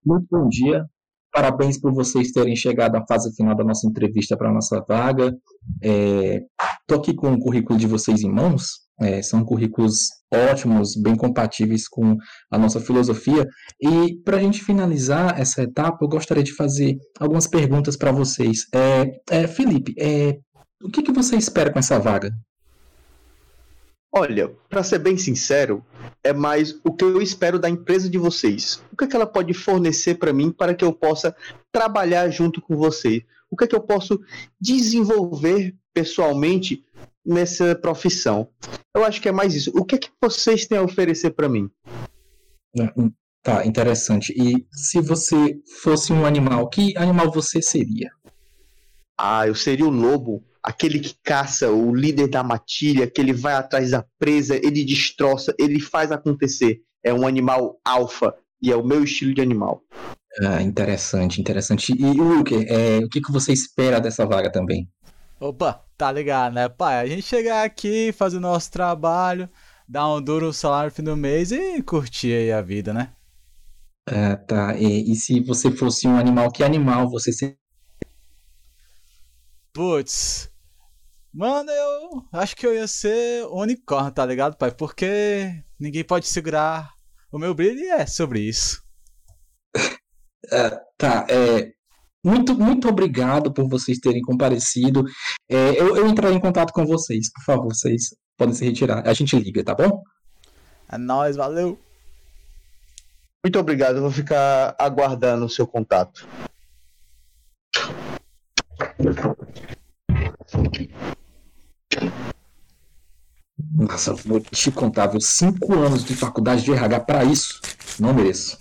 Muito bom dia. Parabéns por vocês terem chegado à fase final da nossa entrevista para a nossa vaga. Estou aqui com o currículo de vocês em mãos. São currículos ótimos, bem compatíveis com a nossa filosofia. E para a gente finalizar essa etapa, eu gostaria de fazer algumas perguntas para vocês. Felipe, o que você espera com essa vaga? Olha, para ser bem sincero, é mais o que eu espero da empresa de vocês. O que é que ela pode fornecer para mim para que eu possa trabalhar junto com vocês? O que é que eu posso desenvolver pessoalmente nessa profissão? Eu acho que é mais isso. O que é que vocês têm a oferecer para mim? Tá, interessante. E se você fosse um animal, que animal você seria? Eu seria o lobo. Aquele que caça, o líder da matilha, que ele vai atrás da presa, ele destroça, ele faz acontecer. É um animal alfa e é o meu estilo de animal. Interessante. E Wilker, o que você espera dessa vaga também? Opa, tá ligado, né, pai? A gente chegar aqui, fazer o nosso trabalho, dar um duro salário no fim do mês e curtir aí a vida, né? Tá. E se você fosse um animal, que animal você seria? Putz, mano, eu acho que eu ia ser unicórnio, tá ligado, pai? Porque ninguém pode segurar o meu brilho e é sobre isso. Tá. Muito obrigado por vocês terem comparecido. Eu entrarei em contato com vocês. Por favor, vocês podem se retirar. A gente liga, tá bom? É nóis, valeu. Muito obrigado, eu vou ficar aguardando o seu contato. Nossa, vou te contar, viu? 5 anos de faculdade de RH pra isso. Não mereço.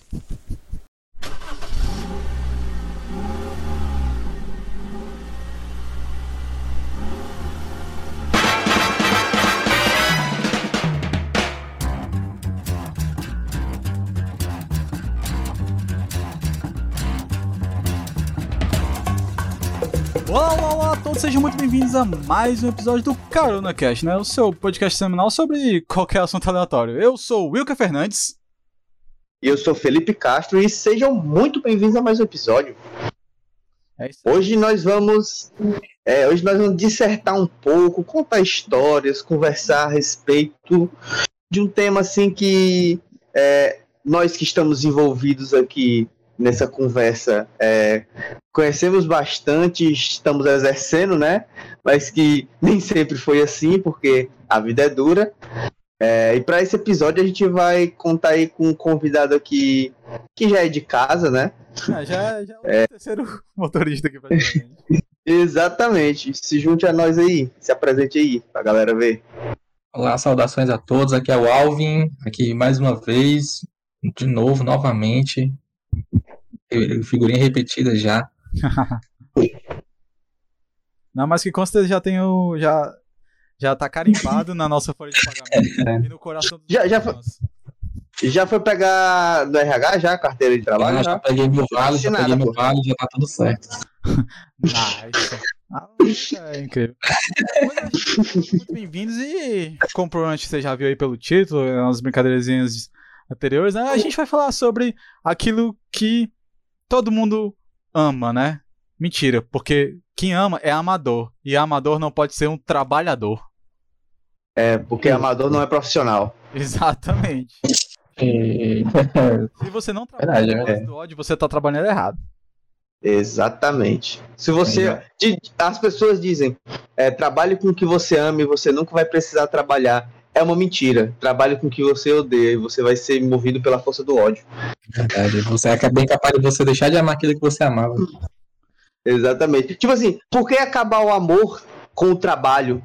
Olá a todos, sejam muito bem-vindos a mais um episódio do CaronaCast, né? O seu podcast semanal sobre qualquer assunto aleatório. Eu sou o Wilker Fernandes. E eu sou Felipe Castro e sejam muito bem-vindos a mais um episódio. É isso. Hoje nós vamos dissertar um pouco, contar histórias, conversar a respeito de um tema assim que nós que estamos envolvidos aqui nessa conversa conhecemos bastante, estamos exercendo, né? Mas que nem sempre foi assim, porque a vida é dura. E para esse episódio a gente vai contar aí com um convidado aqui que já é de casa, né? Já é o terceiro motorista aqui pra gente. Exatamente. Se junte a nós aí, se apresente aí pra galera ver. Olá, saudações a todos. Aqui é o Alvin, aqui mais uma vez, de novo, novamente. Figurinha repetida já. Não, mas que consta já tem o... Já tá carimbado na nossa folha de pagamento e no coração dos Já foi pegar do RH já, carteira de trabalho? Já peguei meu vale, já tá tudo certo. Nice. É incrível. Muito bem-vindos e, como provavelmente você já viu aí pelo título, nas brincadeirazinhas anteriores, né, a gente vai falar sobre aquilo que todo mundo ama, né? Mentira, porque quem ama é amador, e amador não pode ser um trabalhador. Porque amador não é profissional. Exatamente. Se você não trabalha com base do ódio, você tá trabalhando errado. Exatamente. Se você... As pessoas dizem, trabalhe com o que você ama e você nunca vai precisar trabalhar. É uma mentira. Trabalhe com o que você odeia e você vai ser movido pela força do ódio. Verdade. Você é bem capaz de você deixar de amar aquilo que você amava. Exatamente. Tipo assim, por que acabar o amor com o trabalho?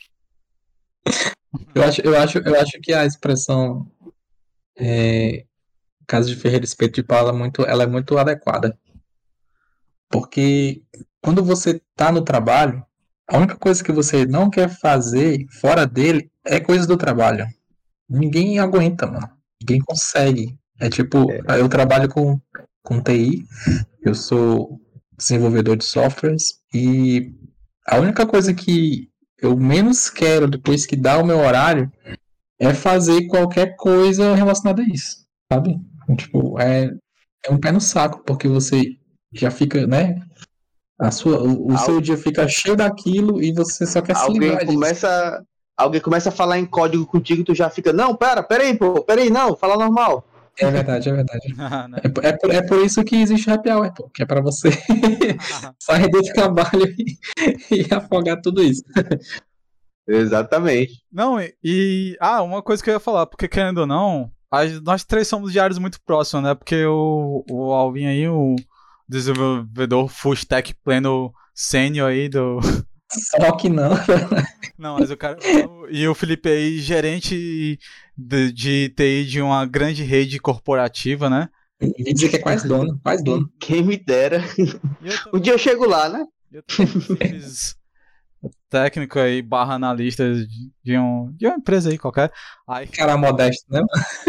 Eu acho que a expressão Casa de Ferreira Espeto de Pau, ela é muito adequada. Porque quando você tá no trabalho, a única coisa que você não quer fazer fora dele é coisa do trabalho. Ninguém aguenta, mano. Ninguém consegue. Eu trabalho com TI, eu sou desenvolvedor de softwares e a única coisa que eu menos quero depois que dá o meu horário é fazer qualquer coisa relacionada a isso, sabe? é um pé no saco, porque você já fica, né? O seu dia fica cheio daquilo e você só quer se Alguém livrar disso. alguém começa a falar em código contigo, tu já fica, não, peraí, não, fala normal. É verdade, é verdade. Né? É por isso que existe happy hour, pô, que é pra você sair do trabalho e afogar tudo isso. Exatamente. Não, uma coisa que eu ia falar, porque querendo ou não, nós três somos de áreas muito próximas, né? Porque o Alvin aí, o desenvolvedor full stack pleno sênior aí do... Só que não. Não, mas o cara... E o Felipe aí, gerente de TI de uma grande rede corporativa, né? E dizer que é quase dono. Quem me dera. Um dia eu chego lá, né? Eu também fiz técnico aí, / analista de uma empresa aí qualquer. Aí, cara modesto, né?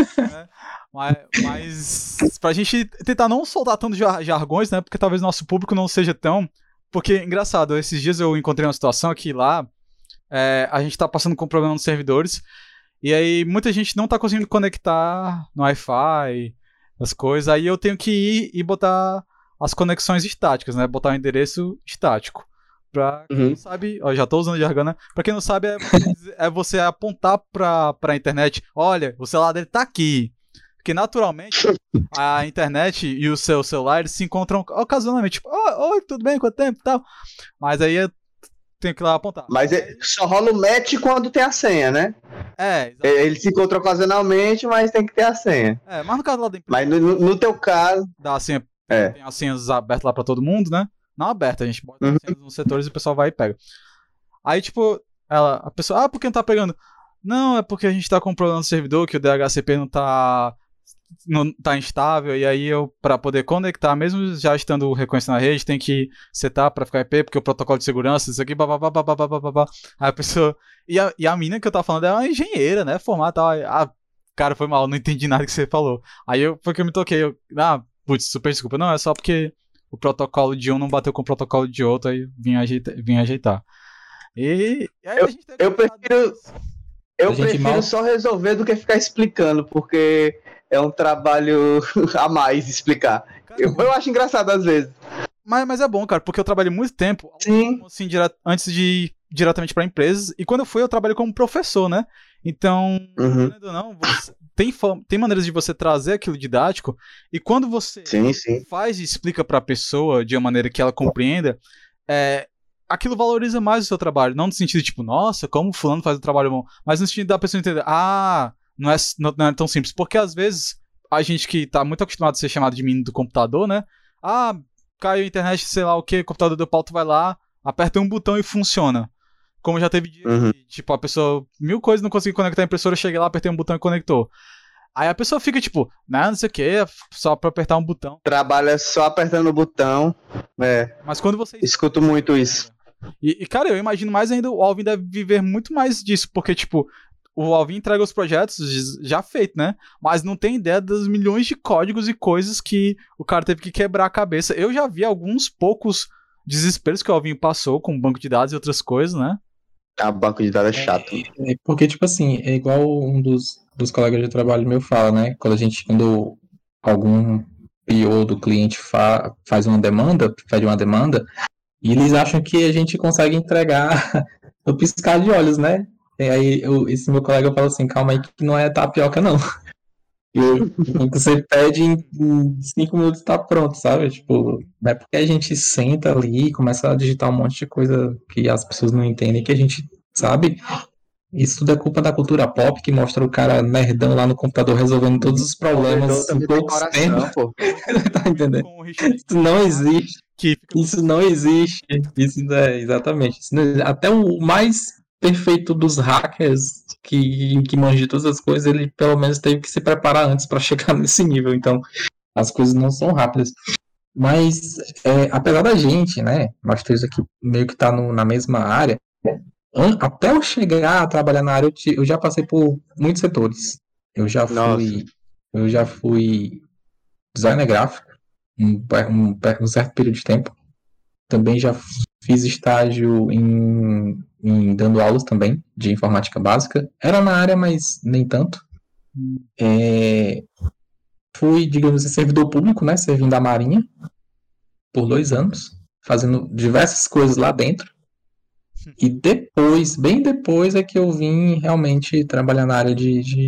Mas pra gente tentar não soltar tanto jargões, né? Porque talvez nosso público não seja tão... Porque, engraçado, esses dias eu encontrei uma situação que lá a gente tá passando com problema nos servidores e aí muita gente não tá conseguindo conectar no Wi-Fi, as coisas. Aí eu tenho que ir e botar as conexões estáticas, né? Botar o endereço estático. Pra quem não sabe, já tô usando jargão, né? Pra quem não sabe, é você apontar pra internet, olha, o celular dele tá aqui. Porque naturalmente a internet e o seu celular eles se encontram ocasionalmente. Tipo, oi, tudo bem? Quanto tempo e tal? Mas aí eu tenho que ir lá apontar. Mas só rola o match quando tem a senha, né? Exatamente. Ele se encontra ocasionalmente, mas tem que ter a senha. Mas no caso lá da empresa. Mas no teu caso. Dá a senha, tem as senhas abertas lá pra todo mundo, né? Não aberta, a gente bota as senhas nos setores e o pessoal vai e pega. Aí, tipo, a pessoa, por que não tá pegando? Não, é porque a gente tá com um problema no servidor, que o DHCP não tá instável, e aí pra poder conectar, mesmo já estando reconhecido na rede, tem que setar pra ficar IP, porque o protocolo de segurança, isso aqui, babá. Aí a pessoa... E a mina que eu tava falando é uma engenheira, né, formada e tal. Cara, foi mal, não entendi nada que você falou. Aí foi que eu me toquei, putz, super desculpa. Não, é só porque o protocolo de um não bateu com o protocolo de outro, aí vim ajeitar. E aí a gente Eu prefiro só resolver do que ficar explicando, porque é um trabalho a mais explicar. Eu acho engraçado às vezes. Mas é bom, cara, porque eu trabalhei muito tempo assim, antes de ir diretamente para empresas, e quando eu fui, eu trabalhei como professor, né? Então, não, tem maneiras de você trazer aquilo didático, e quando você faz e explica para a pessoa de uma maneira que ela compreenda, aquilo valoriza mais o seu trabalho, não no sentido tipo, nossa, como fulano faz um trabalho bom, mas no sentido da pessoa entender, não é tão simples, porque às vezes a gente que tá muito acostumado a ser chamado de menino do computador, né? Caiu a internet, sei lá o que, o computador deu pau, tu vai lá, aperta um botão e funciona. Como já teve dia que, tipo, a pessoa, 1000 coisas não conseguiu conectar a impressora, eu cheguei lá, apertei um botão e conectou. Aí a pessoa fica tipo, não sei o que, só pra apertar um botão. Trabalha só apertando o botão. Mas quando você... Escuto muito isso. E, cara, eu imagino mais ainda, o Alvin deve viver muito mais disso, porque, tipo, o Alvin entrega os projetos já feitos, né? Mas não tem ideia dos milhões de códigos e coisas que o cara teve que quebrar a cabeça. Eu já vi alguns poucos desesperos que o Alvin passou com banco de dados e outras coisas, né? Banco de dados é chato. Porque, tipo assim, é igual um dos colegas de trabalho meu fala, né? Quando algum PO do cliente faz uma demanda, pede uma demanda, e eles acham que a gente consegue entregar no piscar de olhos, né? E aí esse meu colega fala assim, calma aí que não é tapioca não. O que você pede em 5 minutos tá pronto, sabe? Tipo, não é porque a gente senta ali e começa a digitar um monte de coisa que as pessoas não entendem que a gente sabe. Isso tudo é culpa da cultura pop que mostra o cara nerdão lá no computador resolvendo todos os problemas em poucos tempos. Tá entendendo? Isso não existe. Isso não existe. Isso é exatamente. Até o mais perfeito dos hackers que manja de todas as coisas, ele pelo menos teve que se preparar antes para chegar nesse nível. Então, as coisas não são rápidas. Mas, apesar da gente, né, nós três aqui meio que tá na mesma área, até eu chegar a trabalhar na área, eu já passei por muitos setores. Eu já fui designer gráfico um certo período de tempo. Também já fiz estágio em dando aulas também de informática básica. Era na área, mas nem tanto. fui, digamos assim, servidor público, né? Servindo a Marinha por 2 anos, fazendo diversas coisas lá dentro. E depois, bem depois, é que eu vim realmente trabalhar na área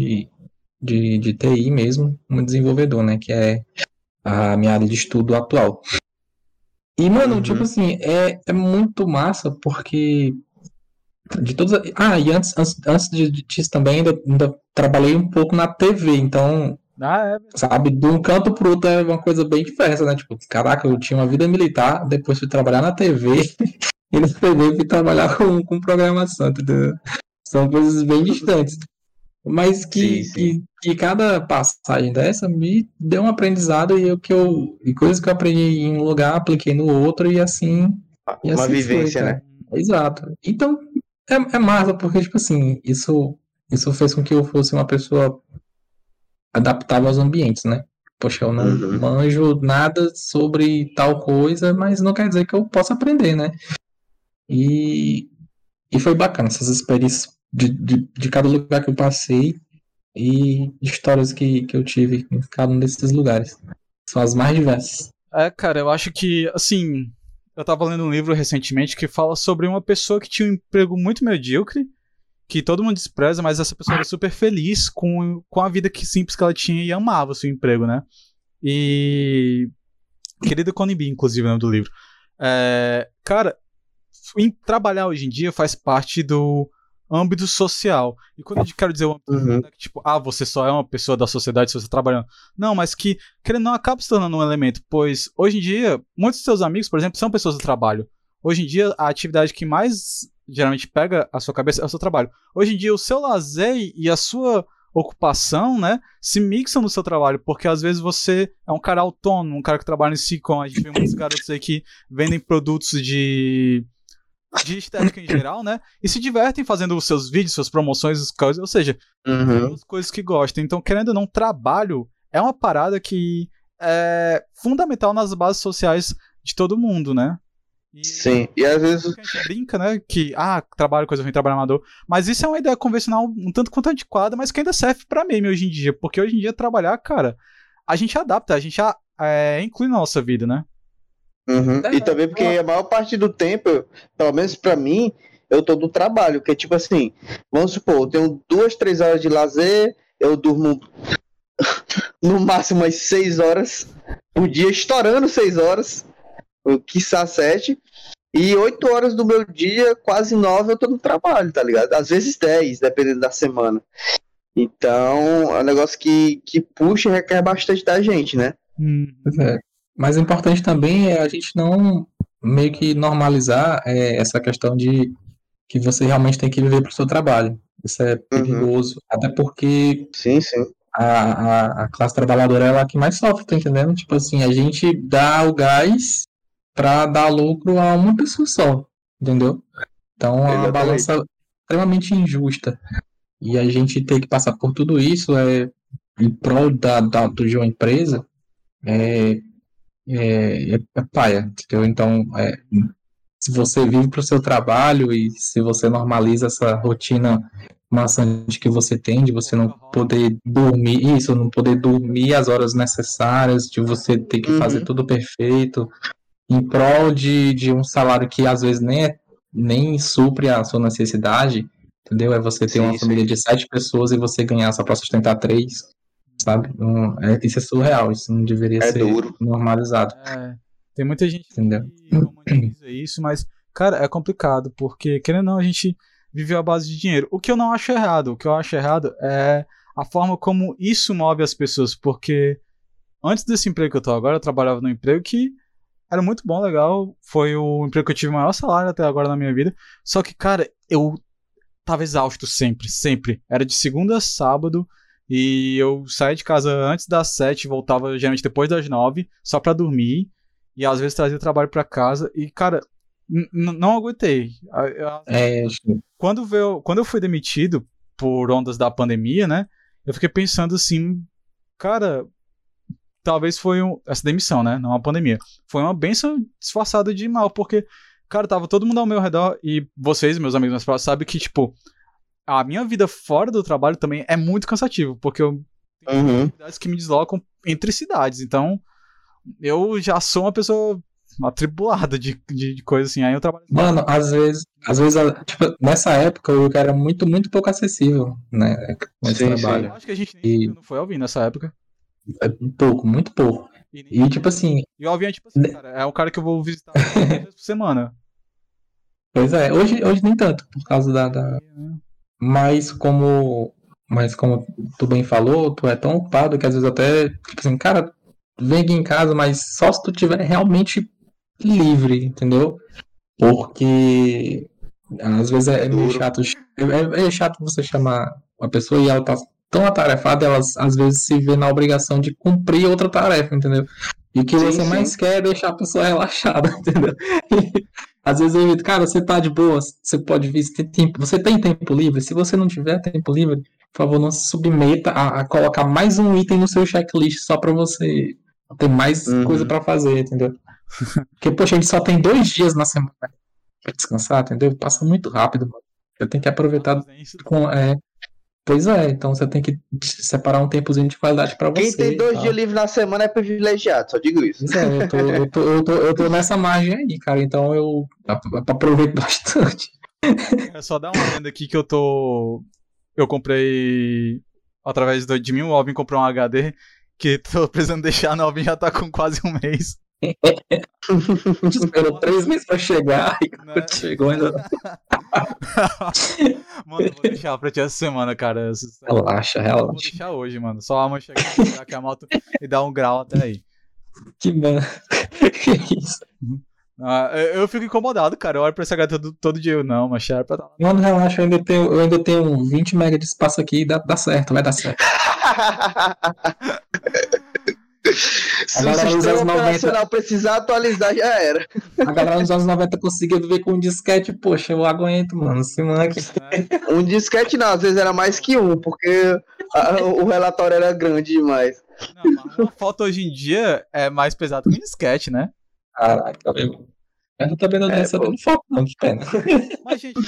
de TI mesmo, como desenvolvedor, né? Que é a minha área de estudo atual. E, mano, tipo assim, é muito massa, porque de todas. E antes disso também, ainda trabalhei um pouco na TV, então, sabe, de um canto pro outro é uma coisa bem diversa, né? Tipo, caraca, eu tinha uma vida militar, depois fui trabalhar na TV, e na TV fui trabalhar com programação, entendeu? São coisas bem distantes. Mas que cada passagem dessa me deu um aprendizado e coisas que eu aprendi em um lugar, apliquei no outro e assim. Uma vivência, foi, né? Exato. Então, é massa, porque, tipo assim, isso fez com que eu fosse uma pessoa adaptável aos ambientes, né? Poxa, eu não manjo nada sobre tal coisa, mas não quer dizer que eu possa aprender, né? E foi bacana essas experiências de cada lugar que eu passei e histórias que eu tive em cada um desses lugares. São as mais diversas. Cara, eu acho que, assim, eu tava lendo um livro recentemente que fala sobre uma pessoa que tinha um emprego muito medíocre, que todo mundo despreza, mas essa pessoa era super feliz com a vida simples que ela tinha e amava o seu emprego, né? E... Querida Connie B, inclusive, é o nome do livro. Cara, trabalhar hoje em dia faz parte do âmbito social. E quando eu quero dizer o âmbito social, é que, tipo, você só é uma pessoa da sociedade se você está trabalhando. Não, mas que, querendo ou não, acaba se tornando um elemento. Pois, hoje em dia, muitos dos seus amigos, por exemplo, são pessoas do trabalho. Hoje em dia, a atividade que mais geralmente pega a sua cabeça é o seu trabalho. Hoje em dia, o seu lazer e a sua ocupação, né, se mixam no seu trabalho, porque às vezes você é um cara autônomo, um cara que trabalha em Sicom. A gente vê muitos garotos aí que vendem produtos de estética em geral, né? E se divertem fazendo os seus vídeos, suas promoções, ou seja, as coisas que gostam. Então, querendo ou não, trabalho é uma parada que é fundamental nas bases sociais de todo mundo, né? Sim, e às vezes a gente brinca, né? Que, trabalho, coisa ruim, trabalho amador. Mas isso é uma ideia convencional um tanto quanto antiquada, mas que ainda serve pra meme hoje em dia. Porque hoje em dia, trabalhar, cara, a gente adapta, a gente inclui na nossa vida, né? E também porque a maior parte do tempo, pelo menos pra mim, eu tô do trabalho, que é tipo assim, vamos supor, eu tenho 2, 3 horas de lazer, eu durmo no máximo umas 6 horas por dia, estourando 6 horas, quiçá 7, e 8 horas do meu dia, quase 9, eu tô no trabalho, tá ligado? Às vezes 10, dependendo da semana. Então, é um negócio que puxa e requer bastante da gente, né? Mas o importante também é a gente não meio que normalizar essa questão de que você realmente tem que viver pro seu trabalho. Isso é perigoso. Até porque a classe trabalhadora é a que mais sofre, tá entendendo? Tipo assim, a gente dá o gás pra dar lucro a uma pessoa só, entendeu? Então é uma balança extremamente injusta. E a gente tem que passar por tudo isso em prol de uma empresa é paia, entendeu? Então, se você vive para o seu trabalho e se você normaliza essa rotina maçante que você tem, de você não poder dormir, não poder dormir as horas necessárias, de você ter que fazer tudo perfeito, em prol de um salário que às vezes nem supre a sua necessidade, entendeu? É você ter uma família de 7 pessoas e você ganhar só para sustentar 3. Sabe? Isso é surreal, isso não deveria ser duro. Normalizado. Tem muita gente Entendeu? que romantiza isso, mas, cara, é complicado, porque, querendo ou não, a gente viveu à base de dinheiro. O que eu não acho errado, o que eu acho errado é a forma como isso move as pessoas, porque antes desse emprego que eu tô agora, eu trabalhava num emprego que era muito bom, legal, foi o emprego que eu tive o maior salário até agora na minha vida, só que, cara, eu tava exausto sempre, era de segunda a sábado, e eu saía de casa antes das 7, voltava geralmente depois das 9, só pra dormir. E às vezes trazia o trabalho pra casa. E, cara, não aguentei. Quando eu fui demitido por ondas da pandemia, né? Eu fiquei pensando assim, cara, talvez foi essa demissão, né? Não a pandemia. Foi uma bênção disfarçada de mal, porque, cara, tava todo mundo ao meu redor. E vocês, meus amigos mais próximos, sabem que, tipo, a minha vida fora do trabalho também é muito cansativo, porque eu Uhum. atividades que me deslocam entre cidades. Então, eu já sou uma pessoa atribulada de coisa assim. Aí eu trabalho. Mano, às vezes, tipo, nessa época eu era muito, muito pouco acessível, né, com esse Sim, Eu trabalho. acho que a gente nem E não foi ao Alvin nessa época. pouco, muito pouco. E E tipo assim, o Alvin é tipo assim, cara, é o cara que eu vou visitar uma vez por semana. pois é, hoje nem tanto, por causa Mas como tu bem falou, tu é tão ocupado que às vezes até, tipo assim, cara, vem aqui em casa, mas só se tu tiver realmente livre, entendeu? Porque às vezes é meio Duro. chato. É chato você chamar uma pessoa e ela tá tão atarefada, ela às vezes se vê na obrigação de cumprir outra tarefa, entendeu? E o que Sim, você mais sim. quer é deixar a pessoa relaxada, entendeu? E, às vezes eu digo, cara, você tá de boa, você pode vir, você tem tempo livre? Se você não tiver tempo livre, por favor, não se submeta a colocar mais um item no seu checklist só pra você ter mais coisa Uhum. pra fazer, entendeu? Porque, poxa, a gente só tem 2 dias na semana pra descansar, entendeu? Passa muito rápido, mano. Você tem que aproveitar com. Pois é, então você tem que separar um tempozinho de qualidade pra Quem tem você e 2 dias tal. livres na semana é privilegiado, só digo isso. Pois é, eu tô nessa margem aí, cara, então eu aproveito bastante. Quero só dar uma adenda aqui que eu comprei através de mim, o Alvin comprou um HD que tô precisando deixar, o Alvin já tá com quase um mês. Esperou 3 meses pra chegar e Né? quando chegou ainda. Mano, eu vou deixar pra ti essa semana, cara. Relaxa, Eu vou relaxa. deixar hoje, mano. Só amanhã chegar aqui a moto e dar um grau até aí. Que mano. Que isso? Eu fico incomodado, cara. Eu olho pra esse HD todo dia. Não, mas era pra estar lá. Mano, relaxa, eu ainda tenho 20 MB de espaço aqui e dá certo, vai dar certo. Se o sistema operacional precisar atualizar, já era. A galera nos anos 90 conseguia viver com um disquete, poxa, eu aguento, mano. Esse moleque. Um disquete não, às vezes era mais que um, porque o relatório era grande demais. Não, mas uma foto hoje em dia é mais pesada que um disquete, né? Caraca, tá vendo? Eu também não tô recebendo foto, não, que pena. Mas, gente,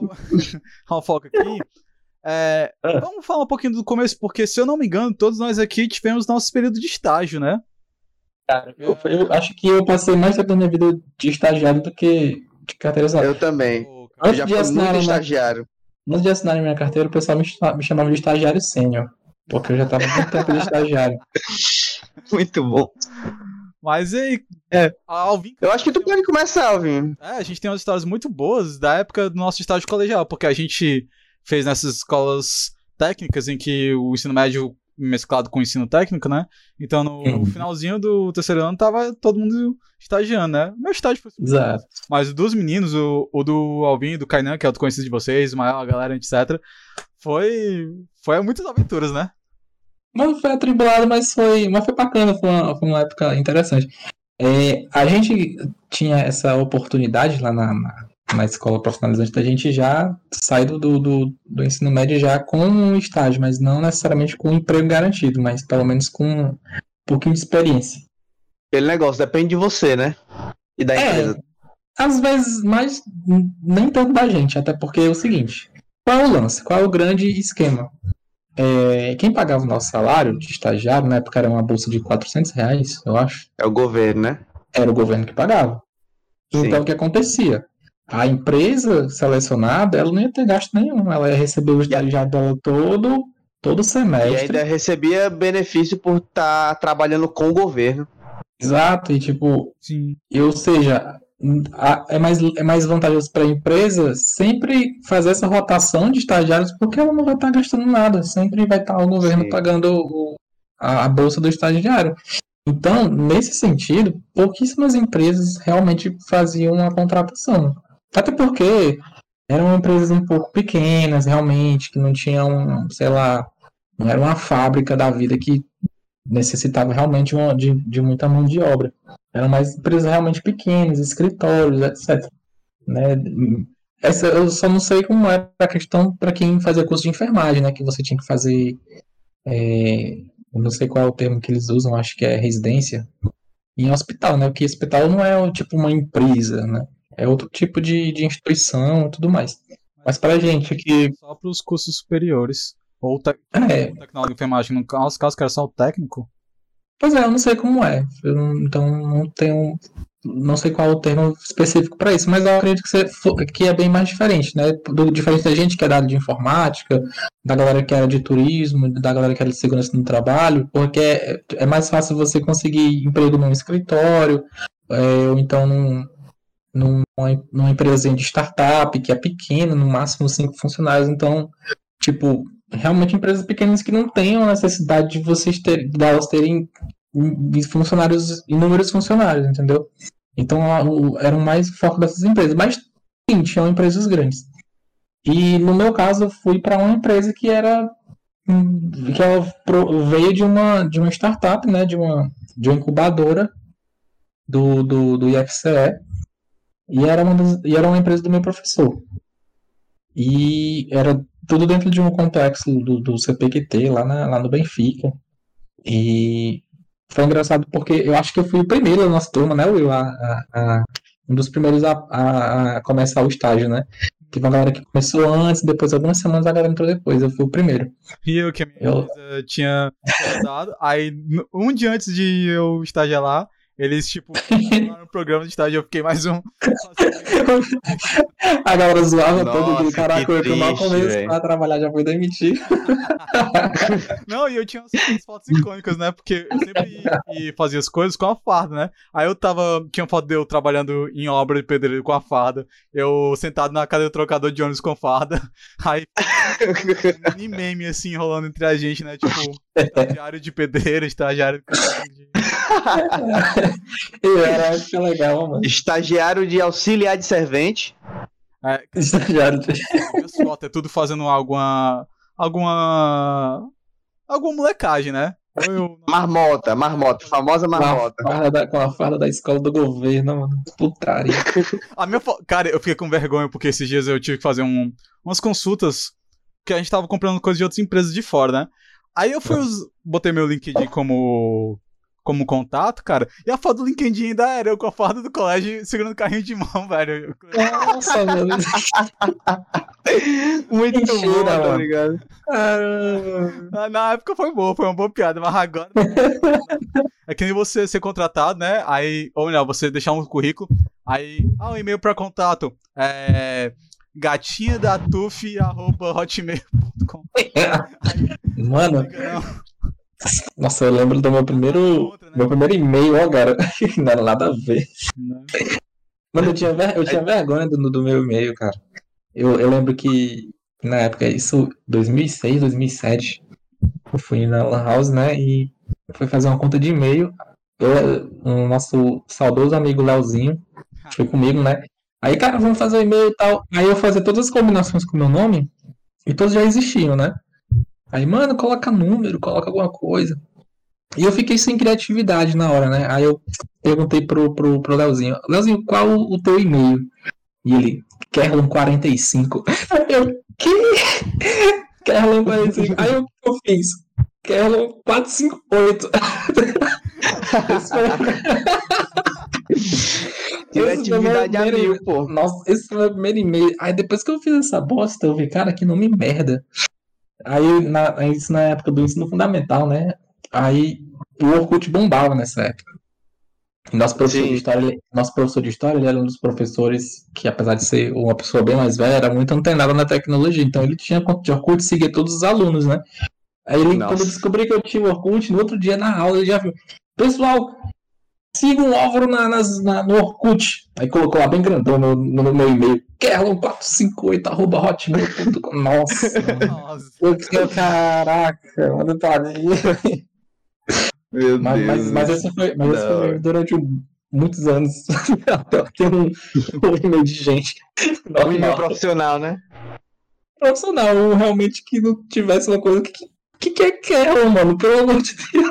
uma foco aqui. Vamos falar um pouquinho do começo, porque se eu não me engano, todos nós aqui tivemos nosso período de estágio, né? Cara, eu acho que eu passei mais tempo da minha vida de estagiário do que de carteira assinada. Eu também. Eu Antes já de fui assinar muito estagiário. Antes de assinar minha carteira, o pessoal me chamava de estagiário sênior, porque eu já tava muito tempo de estagiário. Muito bom. Mas aí, Alvin, eu acho que tu pode começar, Alvin. A gente tem umas histórias muito boas da época do nosso estágio colegial, porque a gente fez nessas escolas técnicas em que o ensino médio mesclado com o ensino técnico, né? Então no finalzinho do terceiro ano tava todo mundo estagiando, né? Meu estágio foi super. Exato. Mas o dos meninos, o do Alvin e do Kainan, que é o conhecido de vocês, a galera, etc. Foi muitas aventuras, né? Mas foi atribulado, mas foi bacana, foi uma época interessante. A gente tinha essa oportunidade lá na escola profissionalizante da gente já sair do ensino médio já com um estágio, mas não necessariamente com um emprego garantido, mas pelo menos com um pouquinho de experiência. Aquele negócio depende de você, né? E da empresa. Às vezes, mas nem tanto da gente, até porque é o seguinte, qual é o lance? Qual é o grande esquema? Quem pagava o nosso salário de estagiário, na época era uma bolsa de R$400, eu acho. É o governo, né? Era o governo que pagava. Sim. Então o que acontecia? A empresa selecionada, ela não ia ter gasto nenhum. Ela ia receber o estagiário dela todo semestre. E ainda recebia benefício por estar trabalhando com o governo. Exato, e tipo, sim. Ou seja, é mais vantajoso para a empresa sempre fazer essa rotação de estagiários, porque ela não vai estar gastando nada, sempre vai estar o governo pagando a bolsa do estagiário. Então, nesse sentido, pouquíssimas empresas realmente faziam a contratação. Até porque eram empresas um pouco pequenas, realmente, que não tinham, sei lá, não era uma fábrica da vida que necessitava realmente de muita mão de obra. Eram mais empresas realmente pequenas, escritórios, etc. Né? Eu só não sei como era a questão para quem fazia curso de enfermagem, né? Que você tinha que fazer. Eu não sei qual é o termo que eles usam, acho que é residência. Em hospital, né? Porque hospital não é tipo uma empresa, né? É outro tipo de instituição e tudo mais. Mas pra gente que. Só para os cursos superiores. Ou tecnólogo de enfermagem, no caso que era só o técnico? Pois é, eu não sei como é. Então não tenho. Não sei qual é o termo específico para isso, mas eu acredito que é bem mais diferente, né? Diferente da gente que é da área de informática, da galera que era de turismo, da galera que era de segurança no trabalho, porque é mais fácil você conseguir emprego num escritório, ou então numa empresinha de startup que é pequena, no máximo 5 funcionários. Então, tipo, realmente empresas pequenas que não tenham a necessidade de delas terem funcionários, inúmeros funcionários, entendeu? Então era o mais foco dessas empresas. Mas sim, tinham empresas grandes. E no meu caso, eu fui para uma empresa que ela veio de uma startup, né? De uma incubadora do IFCE. E era uma empresa do meu professor. E era tudo dentro de um complexo do CPQT, lá no Benfica. E foi engraçado porque eu acho que eu fui o primeiro da nossa turma, né, Will? Um dos primeiros a começar o estágio, né? Teve uma galera que começou antes, depois algumas semanas a galera entrou depois. Eu fui o primeiro. E eu que a minha empresa tinha começado, aí um dia antes de eu estagiar lá, eles, tipo, lá no programa de estágio, eu fiquei mais um. A galera zoava todo dia. Nossa, Caraca, eu que mal triste, começo velho. a trabalhar, já fui demitido. Não, e eu tinha umas fotos icônicas, né? Porque eu sempre fazia as coisas com a farda, né? Aí tinha foto de eu trabalhando em obra de pedreiro com a farda, eu sentado na cadeira do trocador de ônibus com a farda, aí um mini meme assim rolando entre a gente, né? Tipo, estagiário de pedreiro, estagiário de... E era uma época legal, mano. Estagiário de auxiliar de servente. Estagiário de... Minhas fotos é tudo fazendo alguma molecagem, né? Marmota, famosa marmota. Com a farda da escola do governo, mano. Putaria. Cara, eu fiquei com vergonha porque esses dias eu tive que fazer umas consultas que a gente tava comprando coisas de outras empresas de fora, né? Aí eu botei meu LinkedIn como contato, cara, e a foto do LinkedIn ainda era eu com a farda do colégio segurando o carrinho de mão, velho. Nossa, mano. Muito Mentira, bom, tá mano. ligado? Na época foi uma boa piada, mas agora... É que nem você ser contratado, né? Aí, ou melhor, você deixar um currículo, aí, um e-mail pra contato, gatinhadatuf@hotmail.com. Mano, nossa, eu lembro do meu primeiro e-mail, ó, cara. Não era nada a ver. Mano, eu tinha vergonha do meu e-mail, cara. Eu lembro que na época, isso 2006, 2007, eu fui na Lan House, né, e fui fazer uma conta de e-mail. O nosso saudoso amigo Leozinho foi comigo, né. Aí, cara, vamos fazer o e-mail e tal. Aí eu fazia todas as combinações com o meu nome e todos já existiam, né. Aí, mano, coloca número, coloca alguma coisa. E eu fiquei sem criatividade na hora, né? Aí eu perguntei pro Leozinho, Leozinho, qual o teu e-mail? E ele, Kerlon45. Eu, que? Kerlon45. Aí eu fiz, Kerlon458. Criatividade a mil, pô. Nossa, esse foi o meu primeiro e-mail. Aí depois que eu fiz essa bosta, eu vi, cara, que nome merda. Aí, isso na época do ensino fundamental, né? Aí o Orkut bombava nessa época. E nosso professor de história, ele era um dos professores que, apesar de ser uma pessoa bem mais velha, era muito antenado na tecnologia. Então ele tinha conta de Orkut e seguia todos os alunos, né? Aí ele, quando eu descobri que eu tinha Orkut, no outro dia na aula ele já viu, pessoal, siga o Álvaro no Orkut. Aí colocou lá bem grandão no meu e-mail, kerlon458@hotmail.com. Nossa. Eu fiquei, caraca, mano, tadinho. Mas esse foi durante muitos anos. Até ter um e-mail de gente. Um e-mail profissional, né? Profissional, realmente que não tivesse uma coisa que é Kerlon, mano, pelo amor de Deus.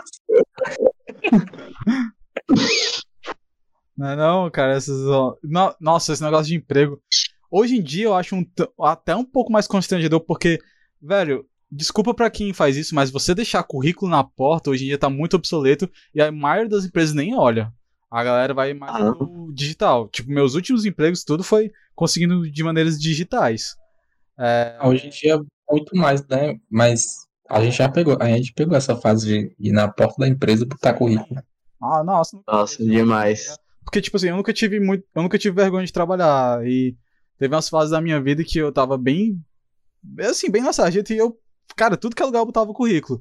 Não, cara, nossa, esse negócio de emprego. Hoje em dia eu acho até um pouco mais constrangedor, porque, velho, desculpa pra quem faz isso, mas você deixar currículo na porta hoje em dia tá muito obsoleto e a maioria das empresas nem olha. A galera vai mais no digital. Tipo, meus últimos empregos, tudo foi conseguindo de maneiras digitais. Hoje em dia muito mais, né? Mas a gente pegou essa fase de ir na porta da empresa botar currículo. Ah, nossa. Nossa, demais. Porque, tipo assim, eu nunca tive vergonha de trabalhar. E teve umas fases da minha vida que eu tava bem, assim, bem na sarjeta e eu, cara, tudo que é lugar eu botava currículo.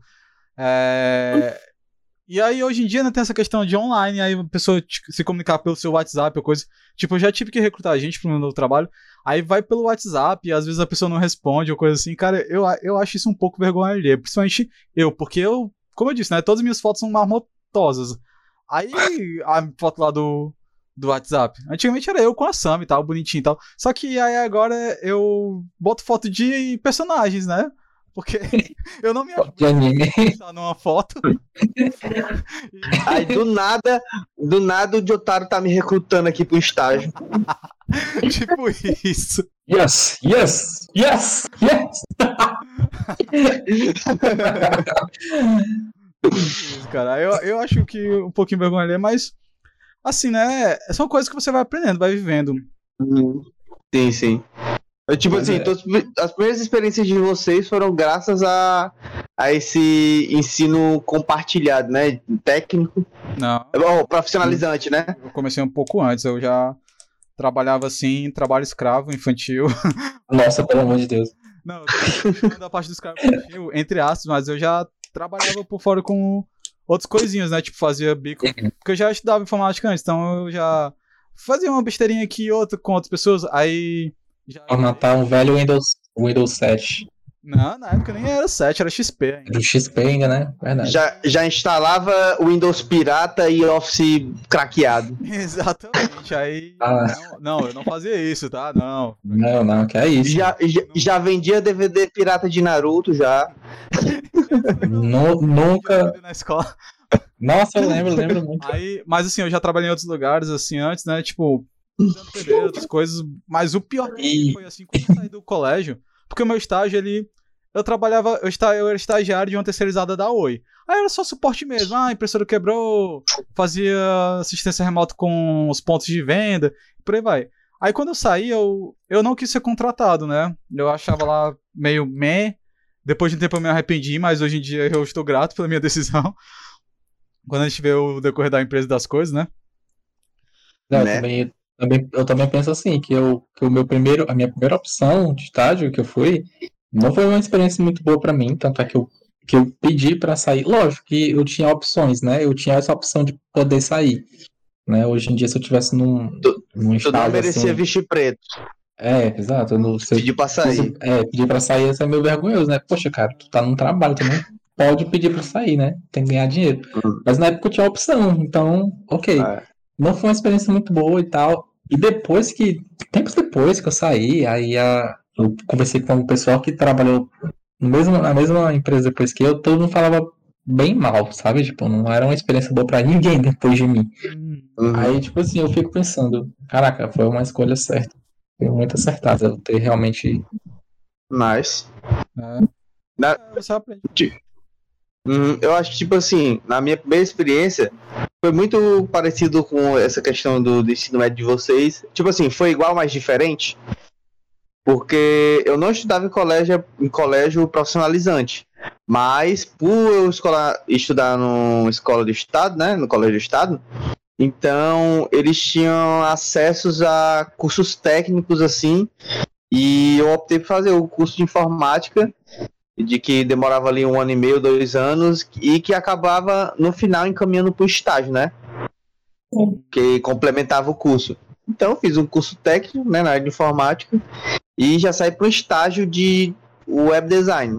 E aí, hoje em dia, né, tem essa questão de online, aí a pessoa se comunicar pelo seu WhatsApp ou coisa. Tipo, eu já tive que recrutar gente pro meu novo trabalho, aí vai pelo WhatsApp e às vezes a pessoa não responde ou coisa assim. Cara, eu acho isso um pouco vergonha alheia, principalmente porque eu, como eu disse, né, todas as minhas fotos são marmotosas. Aí, a foto lá do WhatsApp. Antigamente era eu com a Sam e tal, bonitinho e tal. Só que aí agora eu boto foto de personagens, né? Porque eu não me acho De anime. numa foto. Aí do nada o Jotaro tá me recrutando aqui pro estágio. Tipo isso. Yes, yes, yes, yes. Isso, cara. Eu acho que um pouquinho vergonha ali, mas assim, né? São coisas que você vai aprendendo, vai vivendo. Sim, sim. Tipo Mas assim, as primeiras experiências de vocês foram graças a esse ensino compartilhado, né? Técnico. Não. Profissionalizante, né? Eu comecei um pouco antes, eu já trabalhava assim, trabalho escravo infantil. Nossa, pelo amor de Deus. Não, eu tô falando da parte do escravo infantil, entre aspas, mas eu já trabalhava por fora com outras coisinhas, né? Tipo, fazia bico. Porque eu já estudava informática antes, então eu já fazia uma besteirinha aqui e outra com outras pessoas, aí. Formatar um velho Windows 7. Não, na época nem era 7, era XP ainda. Do XP ainda, né? Verdade. Já instalava Windows pirata e Office craqueado. Exatamente, aí. Não, eu não fazia isso, tá? Não. Não, que é isso. Já vendia DVD pirata de Naruto, já. Nunca. Na escola. Nossa, eu lembro muito. Aí, mas assim, eu já trabalhei em outros lugares, assim, antes, né? Tipo, pedreiro, outras coisas. Mas o pior foi assim, quando eu saí do colégio, porque o meu estágio, eu era estagiário de uma terceirizada da Oi. Aí era só suporte mesmo. A impressora quebrou, fazia assistência remota com os pontos de venda, e por aí vai. Aí quando eu saí, eu não quis ser contratado, né? Eu achava lá meio meh. Depois de um tempo eu me arrependi, mas hoje em dia eu estou grato pela minha decisão. Quando a gente vê o decorrer da empresa das coisas, né? Eu também penso assim, que a minha primeira opção de estágio que eu fui, não foi uma experiência muito boa pra mim, tanto é que eu pedi pra sair. Lógico que eu tinha opções, né? Eu tinha essa opção de poder sair, né? Hoje em dia, se eu tivesse num estágio Tu não merecia assim, vestir preto. Exato. Pedir pra sair. Pedir pra sair é meio vergonhoso, né? Poxa, cara, tu tá num trabalho, tu não pode pedir pra sair, né? Tem que ganhar dinheiro. Mas na época eu tinha opção, então, ok. Não foi uma experiência muito boa e tal. E tempos depois que eu saí, aí eu conversei com um pessoal que trabalhou na mesma empresa depois que eu, todo mundo falava bem mal, sabe? Tipo, não era uma experiência boa pra ninguém depois de mim. Aí, tipo assim, eu fico pensando, caraca, foi uma escolha certa. Foi muito acertada eu ter realmente. Mas. Você aprende. Eu acho que, tipo assim, na minha primeira experiência, foi muito parecido com essa questão do ensino médio de vocês. Tipo assim, foi igual, mas diferente. Porque eu não estudava em colégio profissionalizante. Mas, por eu estudar numa escola do estado, né? No colégio do estado, então eles tinham acessos a cursos técnicos, assim. E eu optei por fazer o curso de informática, de que demorava ali 1 ano e meio, 2 anos, e que acabava no final encaminhando para o estágio, né? Que complementava o curso. Então eu fiz um curso técnico, né, na área de informática, e já saí para o estágio de web design.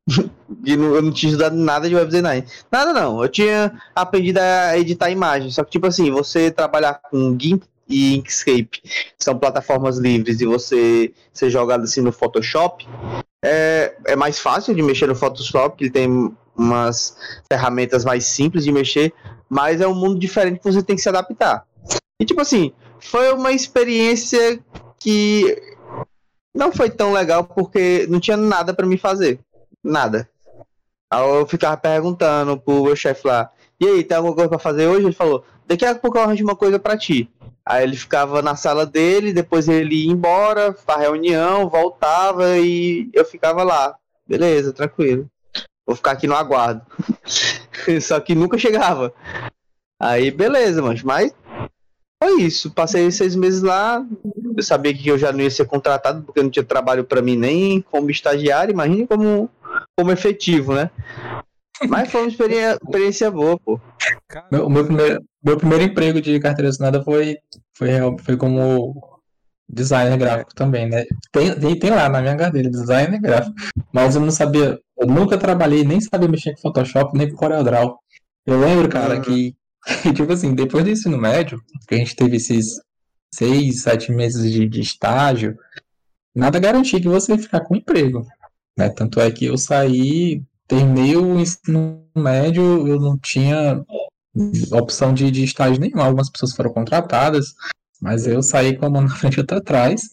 Eu não tinha estudado nada de web design. Nada não, eu tinha aprendido a editar imagens, só que tipo assim, você trabalhar com GIMP e Inkscape, são plataformas livres, e você ser jogado assim no Photoshop, é mais fácil de mexer no Photoshop, que ele tem umas ferramentas mais simples de mexer, mas é um mundo diferente que você tem que se adaptar. E tipo assim, foi uma experiência que não foi tão legal porque não tinha nada pra me fazer. Nada. Aí eu ficava perguntando pro meu chefe lá, e aí, tem alguma coisa pra fazer hoje? Ele falou, daqui a pouco eu arranjo uma coisa pra ti. Aí ele ficava na sala dele, depois ele ia embora pra reunião, voltava e eu ficava lá, beleza, tranquilo. Vou ficar aqui no aguardo. Só que nunca chegava. Aí, beleza, mas foi isso. Passei 6 meses lá. Eu sabia que eu já não ia ser contratado, porque não tinha trabalho pra mim nem como estagiário, imagine como efetivo, né? Mas foi uma experiência boa, pô. Meu primeiro emprego de carteira assinada foi como designer gráfico também, né? Tem lá na minha carteira, designer gráfico. Mas eu não sabia, eu nunca trabalhei, nem sabia mexer com Photoshop, nem com CorelDRAW. Eu lembro, cara, que, tipo assim, depois do ensino médio, que a gente teve esses 6, 7 meses de estágio, nada garantia que você ia ficar com emprego, né? Tanto é que eu saí, terminei o ensino médio, eu não tinha opção de estágio nenhum. Algumas pessoas foram contratadas, mas eu saí com a mão na frente e outra atrás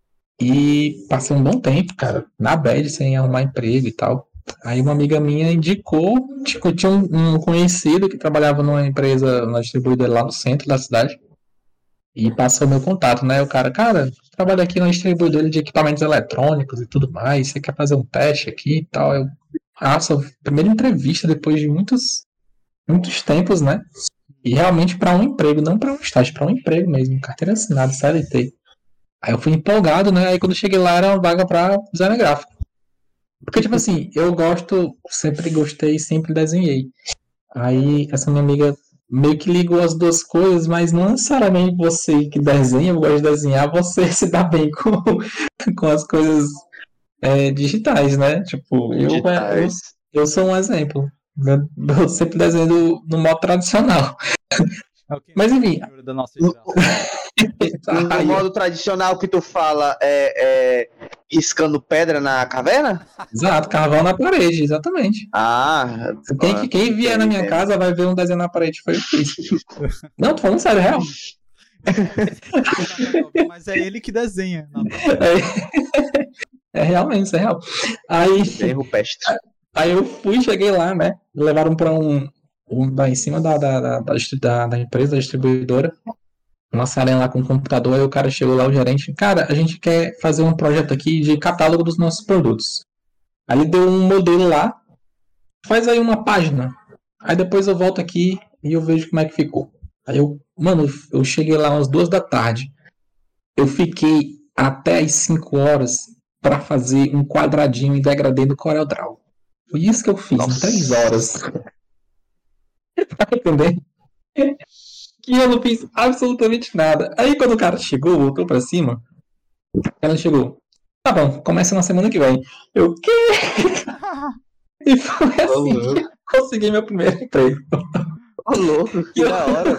e passei um bom tempo, cara, na bad, sem arrumar emprego e tal. Aí uma amiga minha indicou, tinha um conhecido que trabalhava numa empresa, na distribuidora lá no centro da cidade, e passou meu contato, né? O cara, trabalha aqui na distribuidora de equipamentos eletrônicos e tudo mais, você quer fazer um teste aqui e tal? Nossa, primeira entrevista depois de muitos tempos, né? E realmente para um emprego, não para um estágio, para um emprego mesmo, carteira assinada, CLT. Aí eu fui empolgado, né? Aí quando eu cheguei lá era uma vaga para design gráfico. Porque, tipo assim, eu sempre gostei, sempre desenhei. Aí essa minha amiga meio que ligou as duas coisas, mas não necessariamente você que desenha, gosta de desenhar, você se dá bem com as coisas digitais, né? Tipo, eu sou um exemplo. Eu sempre desenho no modo tradicional. Mas enfim. Da nossa No modo tradicional que tu fala é iscando pedra na caverna? Exato, carvão na parede, exatamente. Ah, quem vier na minha casa vai ver um desenho na parede, foi o que fiz. Não, tô falando sério, real. Mas é ele que desenha. É realmente, isso é real. Erro peste. Aí eu cheguei lá, né? Levaram pra em cima da empresa, da distribuidora, uma salinha lá com um computador. Aí o cara chegou lá, o gerente, cara, a gente quer fazer um projeto aqui de catálogo dos nossos produtos. Aí ele deu um modelo lá, faz aí uma página. Aí depois eu volto aqui e eu vejo como é que ficou. Aí eu cheguei lá umas 2 da tarde. Eu fiquei até as 5 horas pra fazer um quadradinho em degradê do CorelDRAW. Foi isso que eu fiz em 3 horas. Tá entendendo? Que eu não fiz absolutamente nada. Aí quando o cara chegou, voltou pra cima, ela chegou. Tá bom, começa na semana que vem. Eu, quê? E foi assim que eu consegui meu primeiro emprego. Ô, louco, que da hora.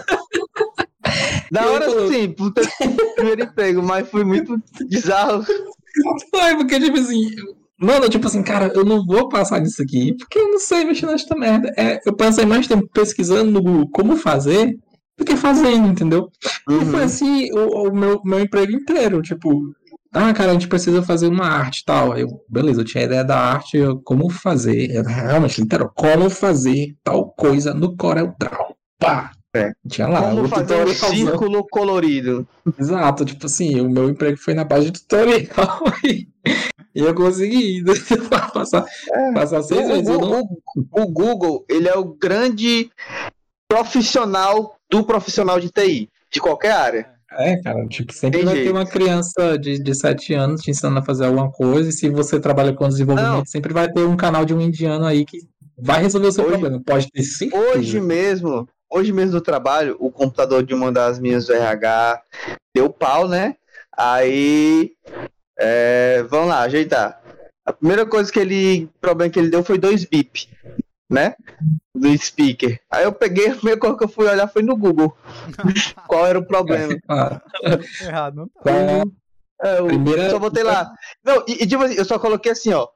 Da hora sim, por ter primeiro emprego, mas foi muito bizarro. Foi, porque tipo assim, mano, tipo assim, cara, eu não vou passar nisso aqui, porque eu não sei mexer nessa merda. Eu passei mais tempo pesquisando no Google como fazer do que fazendo, entendeu? E foi assim o meu emprego inteiro, tipo, cara, a gente precisa fazer uma arte e tal. Beleza, eu tinha a ideia da arte, como fazer, realmente, literal, como fazer tal coisa no CorelDRAW. Pá! Tinha lá. Como fazer um círculo colorido. Exato, tipo assim, o meu emprego foi na base de tutorial e eu consegui passar 6 meses. O Google, ele é o grande profissional do profissional de TI, de qualquer área. Cara, tipo, sempre vai ter uma criança de 7 anos te ensinando a fazer alguma coisa, e se você trabalha com desenvolvimento, sempre vai ter um canal de um indiano aí que vai resolver o seu problema. Pode ter certeza. Hoje mesmo no trabalho, o computador de uma das minhas do RH deu pau, né? Aí, vamos lá, ajeitar. A primeira problema que ele deu foi 2 bip, né? Do speaker. Aí eu peguei, a primeira coisa que eu fui olhar foi no Google. Qual era o problema? Errado, não tá. Eu só botei lá. Não, e tipo assim, eu só coloquei assim, ó.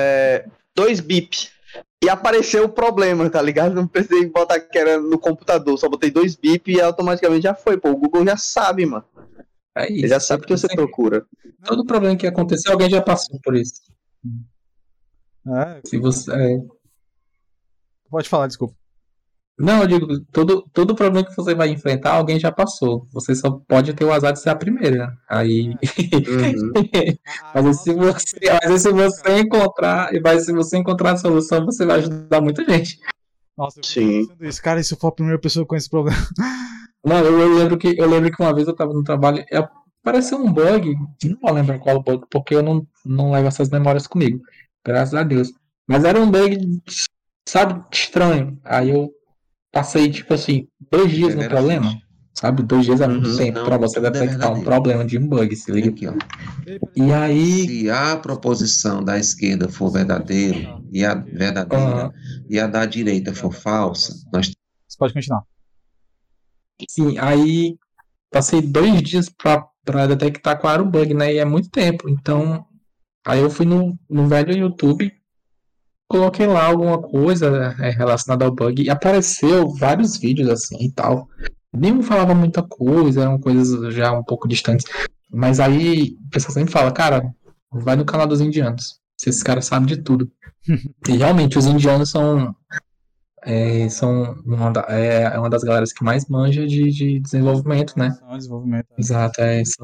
2 bip. E apareceu o problema, tá ligado? Não precisei botar que era no computador. Só botei 2 bip e automaticamente já foi. Pô, o Google já sabe, mano. É isso. Ele já sabe o que você procura. Todo problema que aconteceu, alguém já passou por isso. Se você... Pode falar, desculpa. Não, eu digo, todo problema que você vai enfrentar, alguém já passou. Você só pode ter o azar de ser a primeira. Aí. Uhum. Mas aí, Nossa, eu pensei se nisso, você cara. encontrar, se você encontrar a solução, você vai ajudar muita gente. Nossa, eu fico Sim. pensando isso. Cara, e se eu for a primeira pessoa com esse problema? Não, eu lembro que uma vez eu tava no trabalho, apareceu um bug, não vou lembrar qual bug, porque eu não levo essas memórias comigo, graças a Deus. Mas era um bug, sabe, estranho. Aí eu passei, tipo assim, 2 dias no Devera problema. ficha. Sabe, 2 dias é muito Uhum. tempo pra Senão, você tudo é detectar um verdadeiro. problema de um bug, se liga. Aqui, ó. E aí, Se a proposição da esquerda for verdadeira e a verdadeira e a da direita for falsa, nós Você pode continuar. sim, aí passei 2 dias pra detectar qual era o bug, né? E é muito tempo. Então, aí eu fui no velho YouTube, coloquei lá alguma coisa relacionada ao bug e apareceu vários vídeos assim e tal. Nenhum falava muita coisa, eram coisas já um pouco distantes. Mas aí o pessoal sempre fala, cara, vai no canal dos indianos. Esses caras sabem de tudo. E realmente os indianos são uma das galeras que mais manja de desenvolvimento, né? Desenvolvimento. Exato,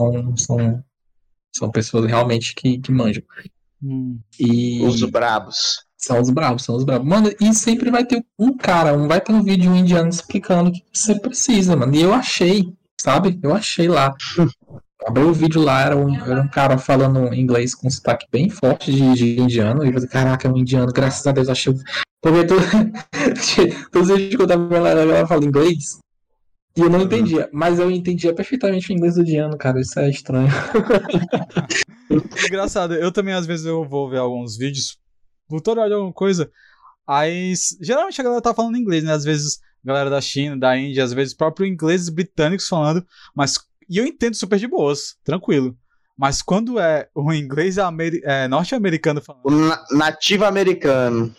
são pessoas realmente que manjam. E Os brabos. são os bravos, são os bravos. Mano, e sempre vai ter um cara, vai ter um vídeo um indiano explicando o que você precisa, mano. E eu achei, sabe? Eu achei lá. Abri o vídeo lá, era um cara falando inglês com sotaque bem forte de indiano. E eu falei, caraca, é um indiano, graças a Deus, achei. Porque todos os vídeos que eu tava vendo ela fala inglês. E eu não entendia, mas eu entendia perfeitamente o inglês do indiano, cara. Isso é estranho. Engraçado, eu também às vezes eu vou ver alguns vídeos, tutorial de alguma coisa, aí geralmente a galera tá falando inglês, né? Às vezes galera da China, da Índia, às vezes próprio ingleses britânicos falando, e eu entendo super de boas, tranquilo. Mas quando é o inglês norte-americano falando. O nativo americano.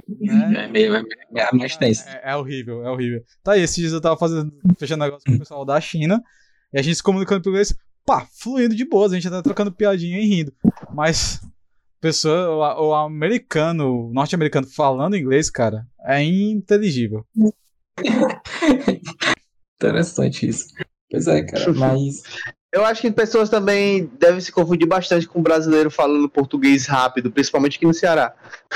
É mais tenso. É horrível, é horrível. Tá aí, esses dias eu tava fechando negócio com o pessoal da China, e a gente se comunicando por inglês, fluindo de boas, a gente tá trocando piadinha e rindo. Mas o americano, o norte-americano falando inglês, cara, é inteligível. Interessante isso. Pois é, cara, mas. Eu acho que pessoas também devem se confundir bastante com o brasileiro falando português rápido, principalmente aqui no Ceará.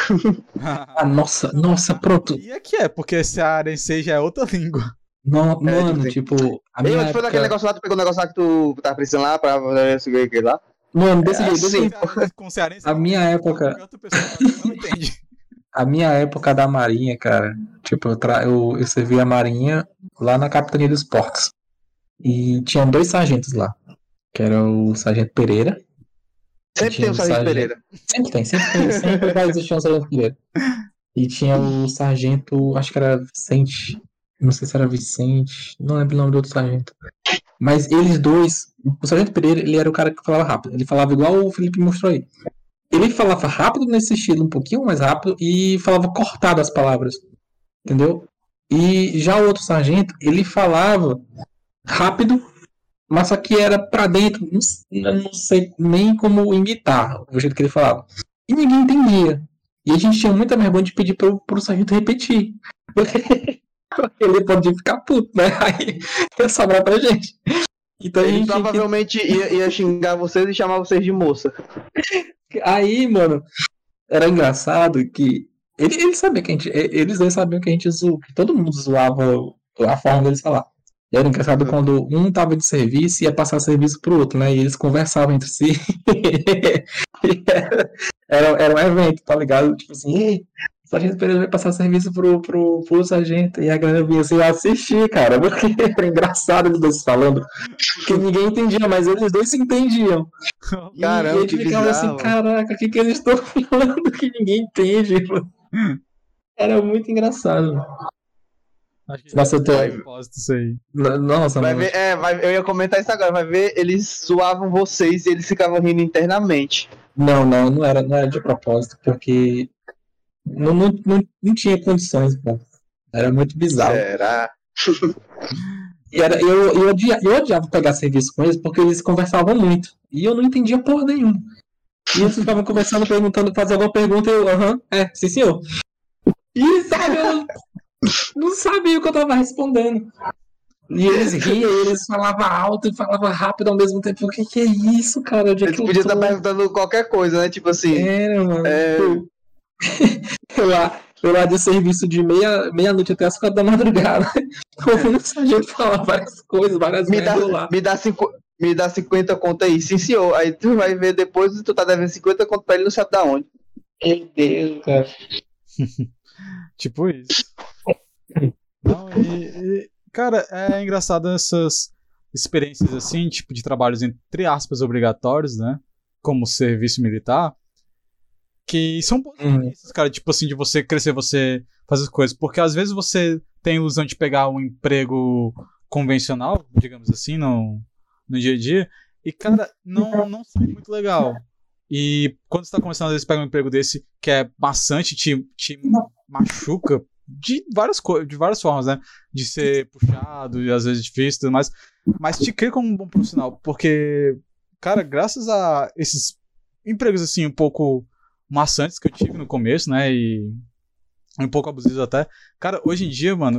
Nossa, pronto. E é que porque cearense já é outra língua. Não, mano, tipo. Ei, foi naquele negócio lá, tu pegou o negócio lá que tu tava precisando lá pra seguir aquele lá? Mano, desse jeito. Com cearense, a minha época. Não entende. A minha época da Marinha, cara. Tipo, eu servi a Marinha lá na Capitania dos Portos. E tinham 2 sargentos lá. Que era o Sargento Pereira. Sempre tem o Sargento Pereira. Sempre vai existir um Sargento Pereira. E tinha o Sargento, acho que era Vicente. Não sei se era Vicente. Não lembro o nome do outro sargento. Mas eles dois. O Sargento Pereira, ele era o cara que falava rápido. Ele falava igual o Felipe mostrou aí. Ele falava rápido nesse estilo, um pouquinho mais rápido. E falava cortado as palavras. Entendeu? E já o outro sargento, ele falava rápido, mas só que era pra dentro, não sei nem como imitar o jeito que ele falava. E ninguém entendia. E a gente tinha muita vergonha de pedir pro sargento repetir. Porque ele podia ficar puto, né? Aí ia sobrar pra gente. Então ele provavelmente ia xingar vocês e chamar vocês de moça. Aí, mano, era engraçado que ele sabia que eles dois sabiam que a gente zoava, que todo mundo zoava a forma deles falar. E era engraçado quando um tava de serviço e ia passar serviço pro outro, né? E eles conversavam entre si. era um evento, tá ligado? Tipo assim, ei, o Sargento Pereira vai passar serviço pro sargento. E a galera vinha assim assistir, cara. Porque era engraçado eles dois falando. Porque ninguém entendia, mas eles dois se entendiam. Caramba, e a gente ficava assim, caraca, o que eles estão falando que ninguém entende, mano? Era muito engraçado. Acho que Nossa, eu tô... isso aí. Nossa, vai ver, eu ia comentar isso agora. Vai ver, eles zoavam vocês e eles ficavam rindo internamente. Não era de propósito, porque não tinha condições, pô. Era muito bizarro. Será? E eu odiava pegar serviço com eles porque eles conversavam muito. E eu não entendia porra nenhuma. E eles ficavam conversando, perguntando, fazendo alguma pergunta e eu, sim senhor. E sabe, não sabia o que eu tava respondendo. E eles riam, eles falavam alto e falavam rápido ao mesmo tempo. O que é isso, cara? Onde é Eles que eu podiam tô? estar perguntando qualquer coisa, né? Tipo assim. Mano. Eu lá de serviço de meia-noite até as 4 da madrugada. Ouvindo essa gente falar várias coisas, várias merdas lá. Me dá 50 conto aí. Sim, senhor. Aí tu vai ver depois e tu tá devendo 50 conto pra ele, não sabe da onde. Meu Deus, cara. Tipo isso. Não, cara, é engraçado essas experiências assim, tipo de trabalhos entre aspas obrigatórios, né? Como serviço militar, que são boas experiências, cara, tipo assim, de você crescer, você fazer as coisas, porque às vezes você tem a ilusão de pegar um emprego convencional, digamos assim, no dia a dia, e cara, não sai muito legal. E quando você tá começando, às vezes pega um emprego desse que é maçante, te machuca de várias formas, né? De ser puxado e às vezes difícil e tudo mais. Mas te cria como um bom profissional. Porque, cara, graças a esses empregos assim, um pouco maçantes que eu tive no começo, né? E um pouco abusivos até. Cara, hoje em dia, mano,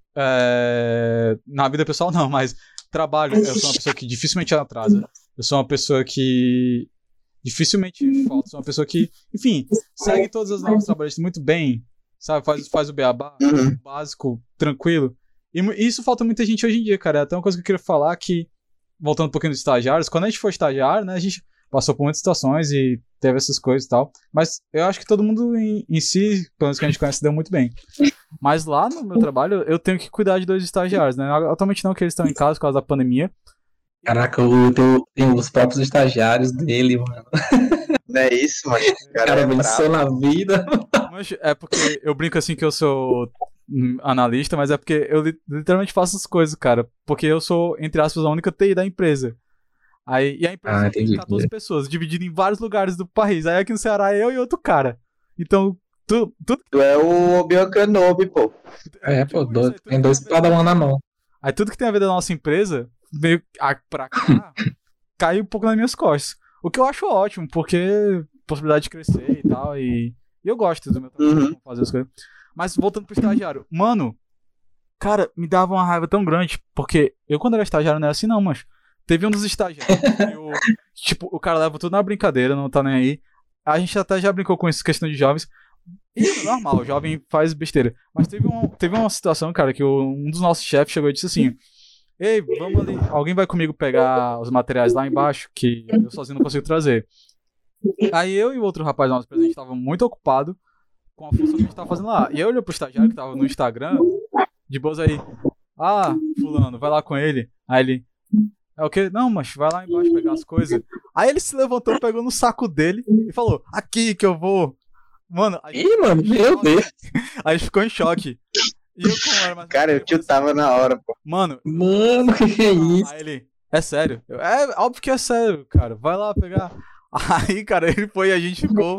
na vida pessoal não, mas trabalho, eu sou uma pessoa que dificilmente atrasa. Eu sou uma pessoa que dificilmente falta. Sou uma pessoa que, enfim, segue todas as normas trabalhistas muito bem, sabe? Faz o beabá, o básico, tranquilo. E isso falta muita gente hoje em dia, cara. Até uma coisa que eu queria falar que, voltando um pouquinho dos estagiários, quando a gente foi estagiário, né, a gente passou por muitas situações e teve essas coisas e tal. Mas eu acho que todo mundo em si, pelo menos que a gente conhece, deu muito bem. Mas lá no meu trabalho, eu tenho que cuidar de 2 estagiários, né? Atualmente não, que eles estão em casa por causa da pandemia. Caraca, tem os próprios estagiários dele, mano. Não é isso, mano. O cara venceu na vida. Mas é porque eu brinco assim que eu sou analista, mas é porque eu literalmente faço as coisas, cara. Porque eu sou, entre aspas, a única TI da empresa. E a empresa tem 14 pessoas, divididas em vários lugares do país. Aí aqui no Ceará é eu e outro cara. Então, tudo... Tu é o Obi-Wan Kenobi, pô. Tem 2 Padawan na mão. Aí tudo que tem a ver da nossa empresa, veio pra cá, caiu um pouco nas minhas costas. O que eu acho ótimo, porque possibilidade de crescer e tal, e eu gosto do meu trabalho, fazer as coisas. Mas voltando pro estagiário, mano, cara, me dava uma raiva tão grande, porque eu quando era estagiário não era assim não, mas teve um dos estagiários que tipo, o cara leva tudo na brincadeira, não tá nem aí. A gente até já brincou com essa questão de jovens, e é normal, o jovem faz besteira. Mas teve uma situação, cara, que um dos nossos chefes chegou e disse assim: ei, vamos ali, alguém vai comigo pegar os materiais lá embaixo, que eu sozinho não consigo trazer. Aí eu e o outro rapaz nosso presente estavam muito ocupados com a função que a gente tava fazendo lá. E eu olhei pro estagiário que tava no Instagram, de boas aí, fulano, vai lá com ele. Aí ele, é o quê? Não, mas vai lá embaixo pegar as coisas. Aí ele se levantou, pegou no saco dele e falou, aqui que eu vou. Mano, mano, meu Deus. Aí a gente ficou em choque. E eu, como era mais cara, eu tava na hora, pô. Mano, que é isso? Aí ele, é sério? É óbvio que é sério, cara. Vai lá pegar. Aí, cara, ele foi e a gente ficou.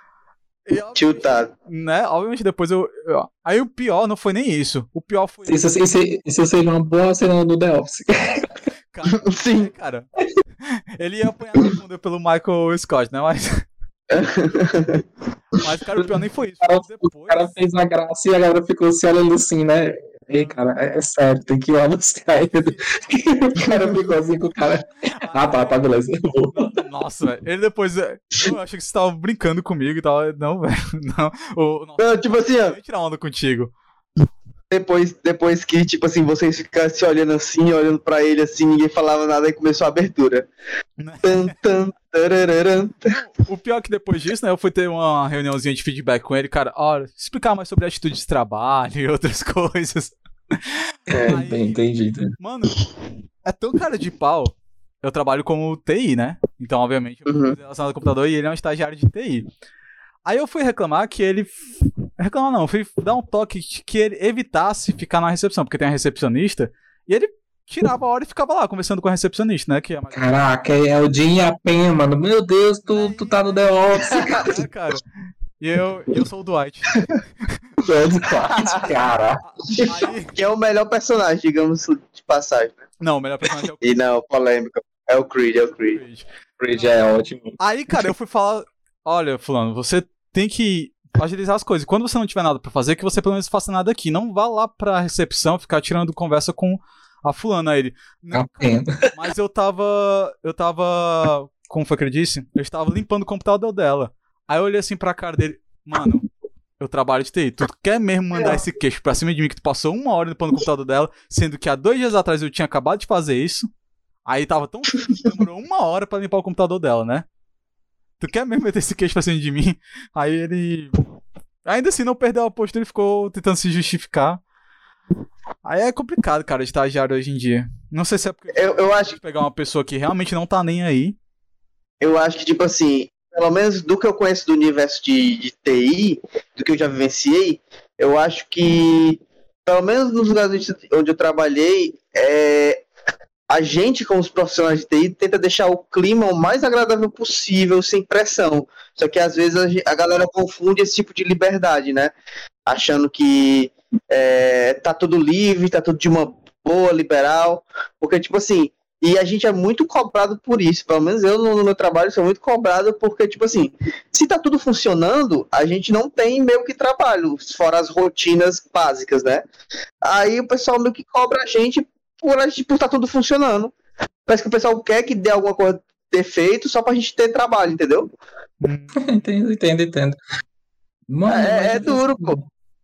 Tiltado. Né? Obviamente depois aí o pior não foi nem isso. O pior foi. Isso seria uma boa cena do The Office. Cara, sim. Cara. Ele ia apanhar pelo Michael Scott, né? Mas, cara, o pior nem foi isso. O cara fez a graça e a galera ficou se olhando assim, né? Ei, cara, é sério, tem que ir lá buscar ele. O cara ficou assim com o cara. Tá, beleza. Nossa, velho. Ele depois. Eu achei que você tava brincando comigo e tal. Não, velho. Não, tipo assim, ó. Eu ia tirar onda contigo. Depois que, tipo assim, vocês ficaram se olhando assim, olhando pra ele assim, ninguém falava nada e começou a abertura. O pior é que depois disso, né, eu fui ter uma reuniãozinha de feedback com ele, cara, explicar mais sobre a atitude de trabalho e outras coisas. Aí, entendi. Mano, é tão cara de pau. Eu trabalho como TI, né? Então, obviamente, eu fui relacionado ao computador e ele é um estagiário de TI. Aí eu fui reclamar que ele... Reclamar não, fui dar um toque que ele evitasse ficar na recepção, porque tem a recepcionista, e ele tirava a hora e ficava lá, conversando com a recepcionista, né? Que é mais... Caraca, é o Jim e a Pen, mano. Meu Deus, tu tá no The Office, cara. E eu sou o Dwight. Cara. Que é o melhor personagem, digamos, de passagem. Não, o melhor personagem é o Creed. E não, polêmica. É o Creed. Creed é ótimo. Aí, cara, eu fui falar... Olha, fulano, você tem que agilizar as coisas. Quando você não tiver nada pra fazer, que você pelo menos faça nada aqui. Não vá lá pra recepção ficar tirando conversa com a fulana. Aí ele, não, mas eu tava... Como foi que ele disse? Eu estava limpando o computador dela. Aí eu olhei assim pra cara dele. Mano, eu trabalho de TI. Tu quer mesmo mandar esse queixo pra cima de mim que tu passou 1 hora limpando o computador dela, sendo que há 2 dias atrás eu tinha acabado de fazer isso. Aí tava tão... Demorou 1 hora pra limpar o computador dela, né? Tu quer mesmo meter esse queixo pra cima de mim? Aí ele... Ainda assim não perdeu a postura, ele ficou tentando se justificar. Aí é complicado, cara, estagiário hoje em dia. Não sei se é porque eu acho que pegar uma pessoa que realmente não tá nem aí. Eu acho que, tipo assim, pelo menos do que eu conheço do universo de TI, do que eu já vivenciei, eu acho que, pelo menos nos lugares onde eu trabalhei, a gente, como os profissionais de TI, tenta deixar o clima o mais agradável possível, sem pressão. Só que, às vezes, a galera confunde esse tipo de liberdade, né? Achando que tá tudo livre, tá tudo de uma boa, liberal. Porque, tipo assim, e a gente é muito cobrado por isso. Pelo menos eu, no meu trabalho, sou muito cobrado porque, tipo assim, se tá tudo funcionando, a gente não tem meio que trabalho, fora as rotinas básicas, né? Aí o pessoal meio que cobra a gente por tá tudo funcionando. Parece que o pessoal quer que dê alguma coisa defeito só pra gente ter trabalho, entendeu? Entendo. Mano, É duro, pô.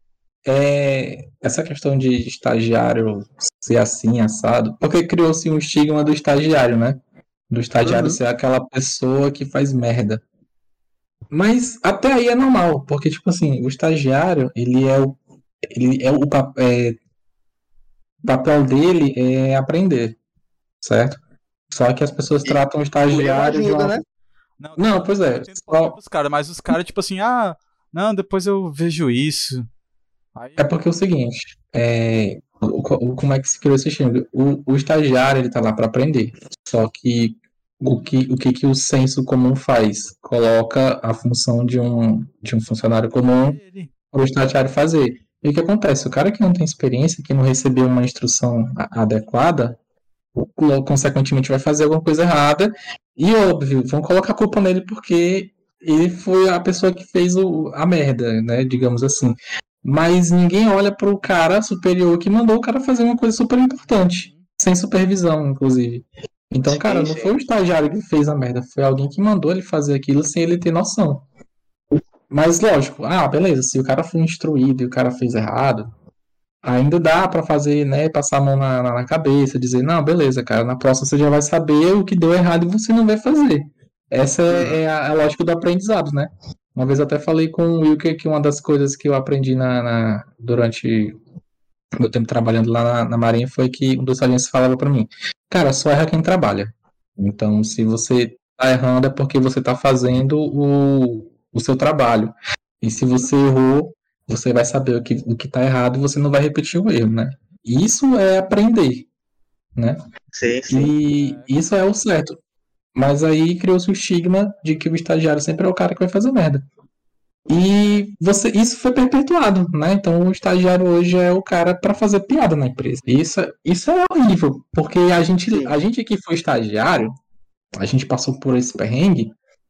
Essa questão de estagiário ser assim, assado, porque criou-se um estigma do estagiário, né? Do estagiário ser aquela pessoa que faz merda. Mas até aí é normal, porque, tipo assim, o estagiário, o papel dele é aprender, certo? Só que as pessoas tratam o estagiário ajuda, de uma... né? Não, pois é. Mas os caras, tipo assim, não, depois eu vejo isso. Aí... É porque é o seguinte, como é que se criou esse estímulo? O estagiário, ele tá lá para aprender. Só que o que o senso comum faz? Coloca a função de um funcionário comum para o estagiário fazer. E o que acontece? O cara que não tem experiência, que não recebeu uma instrução adequada, consequentemente vai fazer alguma coisa errada. E óbvio, vão colocar a culpa nele porque ele foi a pessoa que fez a merda, né? Digamos assim. Mas ninguém olha para o cara superior que mandou o cara fazer uma coisa super importante, sem supervisão, inclusive. Então, cara, não foi o estagiário que fez a merda, foi alguém que mandou ele fazer aquilo sem ele ter noção. Mas, lógico, beleza, se o cara foi instruído e o cara fez errado, ainda dá para fazer, né, passar a mão na cabeça, dizer, não, beleza, cara, na próxima você já vai saber o que deu errado e você não vai fazer. Essa é a lógica do aprendizado, né? Uma vez eu até falei com o Wilker que uma das coisas que eu aprendi durante meu tempo trabalhando lá na Marinha foi que um dos sargentos falava para mim, cara, só erra quem trabalha. Então, se você tá errando é porque você tá fazendo o seu trabalho. E se você errou, você vai saber o que tá errado e você não vai repetir o erro, né? Isso é aprender, né? Sim. E isso é o certo. Mas aí criou-se o estigma de que o estagiário sempre é o cara que vai fazer merda. E isso foi perpetuado, né? Então o estagiário hoje é o cara para fazer piada na empresa. E isso é horrível, porque a gente que foi estagiário, a gente passou por esse perrengue,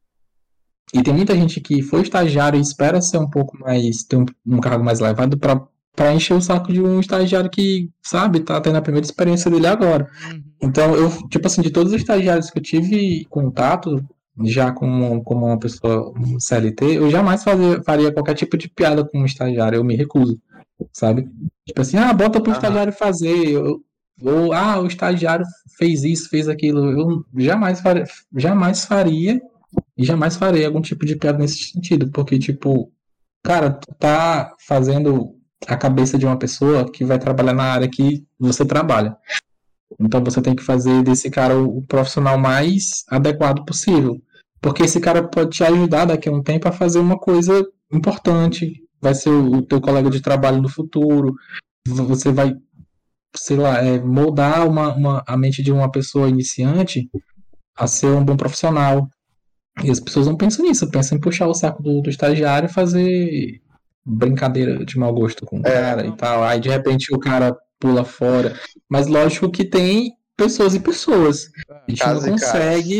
e tem muita gente que foi estagiário e espera ser um pouco mais, ter um cargo mais elevado para encher o saco de um estagiário que, sabe, tá tendo a primeira experiência dele agora. Então, eu, tipo assim, de todos os estagiários que eu tive contato, já como uma pessoa CLT, eu jamais faria qualquer tipo de piada com um estagiário, eu me recuso, sabe? Tipo assim, bota pro estagiário fazer, ou o estagiário fez isso, fez aquilo, eu jamais faria e jamais farei algum tipo de piada nesse sentido, porque, tipo, cara, tu tá fazendo a cabeça de uma pessoa que vai trabalhar na área que você trabalha. Então você tem que fazer desse cara o profissional mais adequado possível. Porque esse cara pode te ajudar daqui a um tempo a fazer uma coisa importante. Vai ser o teu colega de trabalho no futuro. Você vai, sei lá, moldar a mente de uma pessoa iniciante a ser um bom profissional. E as pessoas não pensam nisso. Pensam em puxar o saco do estagiário e fazer brincadeira de mau gosto com o cara e tal. Aí de repente o cara pula fora. Mas lógico que tem pessoas e pessoas. A gente não consegue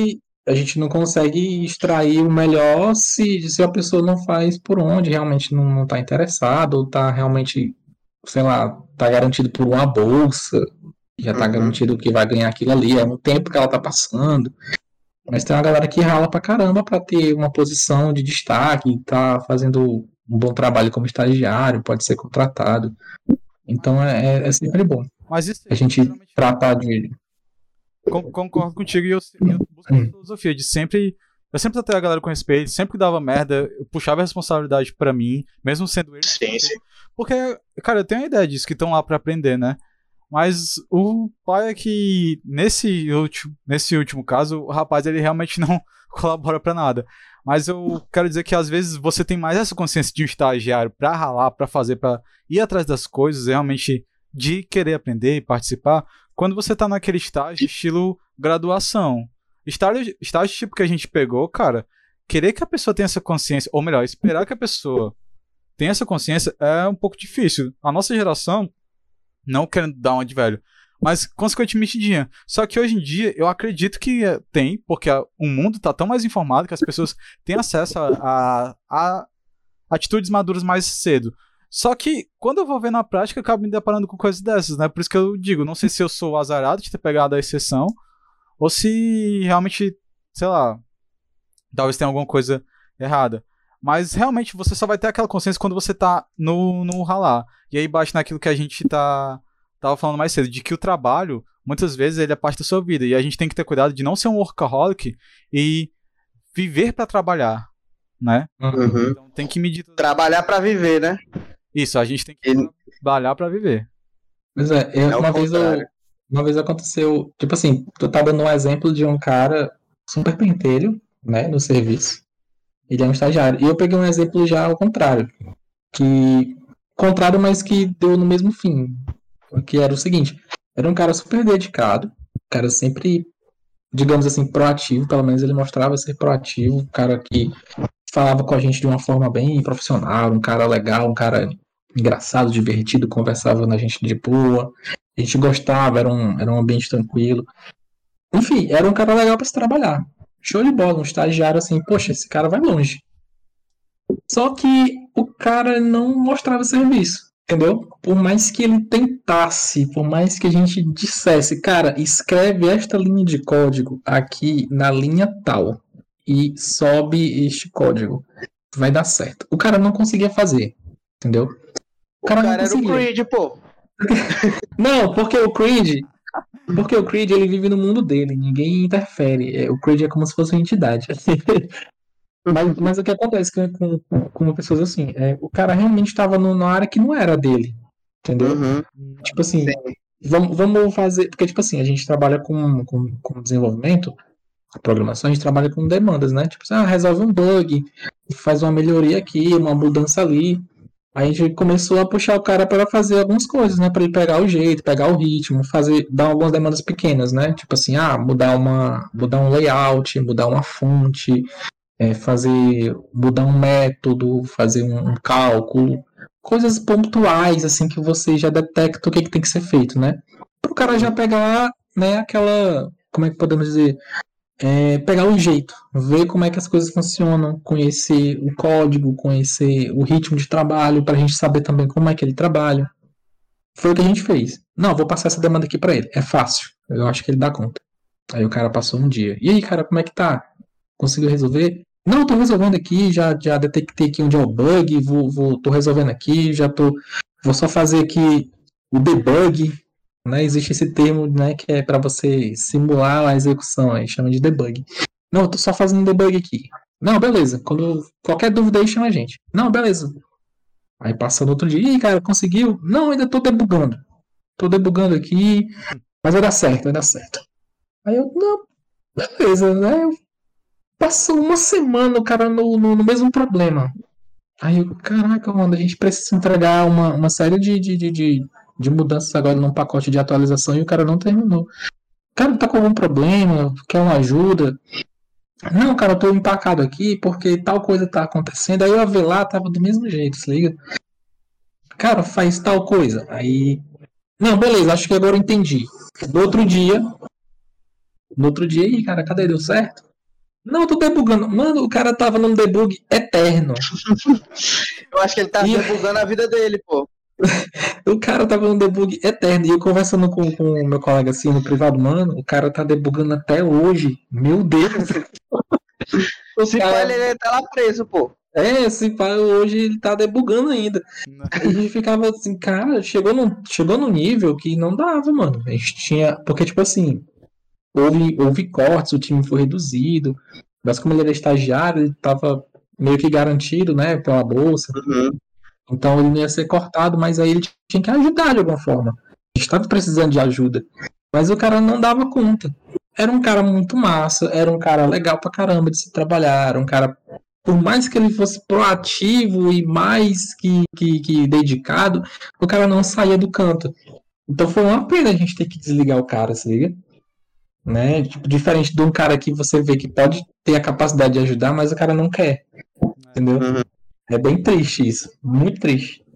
a gente não consegue extrair o melhor se a pessoa não faz por onde, realmente não tá interessado, ou tá realmente, sei lá, tá garantido por uma bolsa, já tá garantido que vai ganhar aquilo ali, é um tempo que ela tá passando. Mas tem uma galera que rala pra caramba pra ter uma posição de destaque, tá fazendo um bom trabalho como estagiário, pode ser contratado. Então é sempre bom Mas isso a gente tratar de. Concordo contigo e eu busco essa filosofia de sempre. Eu sempre tratei a galera com respeito, sempre que dava merda, eu puxava a responsabilidade pra mim, mesmo sendo ele. Sim. Porque, cara, eu tenho a ideia disso, que estão lá pra aprender, né? Mas o pai é que, nesse último caso, o rapaz ele realmente não colabora pra nada. Mas eu quero dizer que às vezes você tem mais essa consciência de um estagiário pra ralar, pra fazer, pra ir atrás das coisas, realmente de querer aprender e participar, quando você tá naquele estágio estilo graduação. Estágio tipo que a gente pegou, cara, querer que a pessoa tenha essa consciência, ou melhor, esperar que a pessoa tenha essa consciência é um pouco difícil. A nossa geração, não querendo dar uma de velho, mas consequentemente tinha. Só que hoje em dia eu acredito que tem, porque o mundo tá tão mais informado que as pessoas têm acesso a atitudes maduras mais cedo. Só que quando eu vou ver na prática, eu acabo me deparando com coisas dessas, né? Por isso que eu digo, não sei se eu sou azarado de ter pegado a exceção, ou se realmente, sei lá, talvez tenha alguma coisa errada. Mas realmente você só vai ter aquela consciência quando você tá no ralar. E aí bate naquilo que a gente tava falando mais cedo, de que o trabalho, muitas vezes, ele é parte da sua vida. E a gente tem que ter cuidado de não ser um workaholic e viver pra trabalhar, né? Então tem que medir... Trabalhar pra viver, né? Isso, a gente tem que trabalhar pra viver. Pois é, uma vez aconteceu, tipo assim, tu tá dando um exemplo de um cara super pentelho, né, no serviço. Ele é um estagiário. E eu peguei um exemplo já ao contrário. Contrário, mas que deu no mesmo fim. Que era o seguinte, era um cara super dedicado, um cara sempre, digamos assim, proativo, pelo menos ele mostrava ser proativo, um cara que falava com a gente de uma forma bem profissional, um cara legal, um cara engraçado, divertido, conversava na gente de boa, a gente gostava, era um ambiente tranquilo. Enfim, era um cara legal para se trabalhar. Show de bola, um estagiário assim, poxa, esse cara vai longe. Só que o cara não mostrava serviço, entendeu? Por mais que ele tentasse, por mais que a gente dissesse, cara, escreve esta linha de código aqui na linha tal e sobe este código, vai dar certo. O cara não conseguia fazer, entendeu? O cara era o Creed, pô. Não, porque o Creed ele vive no mundo dele, ninguém interfere. O Creed é como se fosse uma entidade. Mas o que acontece com pessoas assim, o cara realmente estava numa área que não era dele, entendeu? Tipo assim, vamos fazer, porque tipo assim, a gente trabalha com desenvolvimento, programação, a gente trabalha com demandas, né? Tipo assim, resolve um bug, faz uma melhoria aqui, uma mudança ali. Aí a gente começou a puxar o cara para fazer algumas coisas, né? Para ele pegar o jeito, pegar o ritmo, dar algumas demandas pequenas, né? Tipo assim, mudar um layout, mudar uma fonte, mudar um método, fazer um cálculo, coisas pontuais, assim, que você já detecta o que tem que ser feito, né? Para o cara já pegar, né, aquela, como é que podemos dizer? Pegar o jeito, ver como é que as coisas funcionam, conhecer o código, conhecer o ritmo de trabalho, para a gente saber também como é que ele trabalha. Foi o que a gente fez. Não, vou passar essa demanda aqui para ele. É fácil, eu acho que ele dá conta. Aí o cara passou um dia. E aí, cara, como é que tá? Conseguiu resolver? Não, tô resolvendo aqui, já detectei aqui onde é o bug, tô resolvendo aqui, vou só fazer aqui o debug, né? Existe esse termo, né, que é para você simular a execução, aí chama de debug. Não, eu tô só fazendo debug aqui. Não, beleza, qualquer dúvida aí chama a gente. Não, beleza. Aí passa no outro dia, e cara, conseguiu? Não, ainda tô debugando. Tô debugando aqui, mas vai dar certo. Aí eu, não, beleza, né? Passou uma semana o cara no mesmo problema. Aí eu, caraca, mano, a gente precisa entregar uma série de mudanças agora num pacote de atualização e o cara não terminou. O cara tá com algum problema, quer uma ajuda. Não, cara, eu tô empacado aqui porque tal coisa tá acontecendo. Aí eu ia ver lá, tava do mesmo jeito, se liga? Cara, faz tal coisa. Aí. Não, beleza, acho que agora eu entendi. No outro dia, aí, cara, cadê? Deu certo? Não, eu tô debugando. Mano, o cara tava num debug eterno. Eu acho que ele tá debugando a vida dele, pô. O cara tava num debug eterno. E eu conversando com o meu colega assim no privado, mano, o cara tá debugando até hoje. Meu Deus. O Cipá, ele tá lá preso, pô. Esse pai hoje ele tá debugando ainda. A gente ficava assim, cara, chegou no nível que não dava, mano. A gente tinha. Porque, tipo assim, houve cortes, o time foi reduzido. Mas como ele era estagiário, ele tava meio que garantido, né, pela bolsa. Uhum. Então ele não ia ser cortado, mas aí ele tinha que ajudar de alguma forma. A gente tava precisando de ajuda. Mas o cara não dava conta. Era um cara muito massa, era um cara legal pra caramba de se trabalhar, era um cara, por mais que ele fosse proativo e mais que dedicado, o cara não saía do canto. Então foi uma pena a gente ter que desligar o cara, se liga? Né? Tipo, diferente de um cara que você vê que pode ter a capacidade de ajudar, mas o cara não quer. Entendeu? Uhum. É bem triste isso. Muito triste.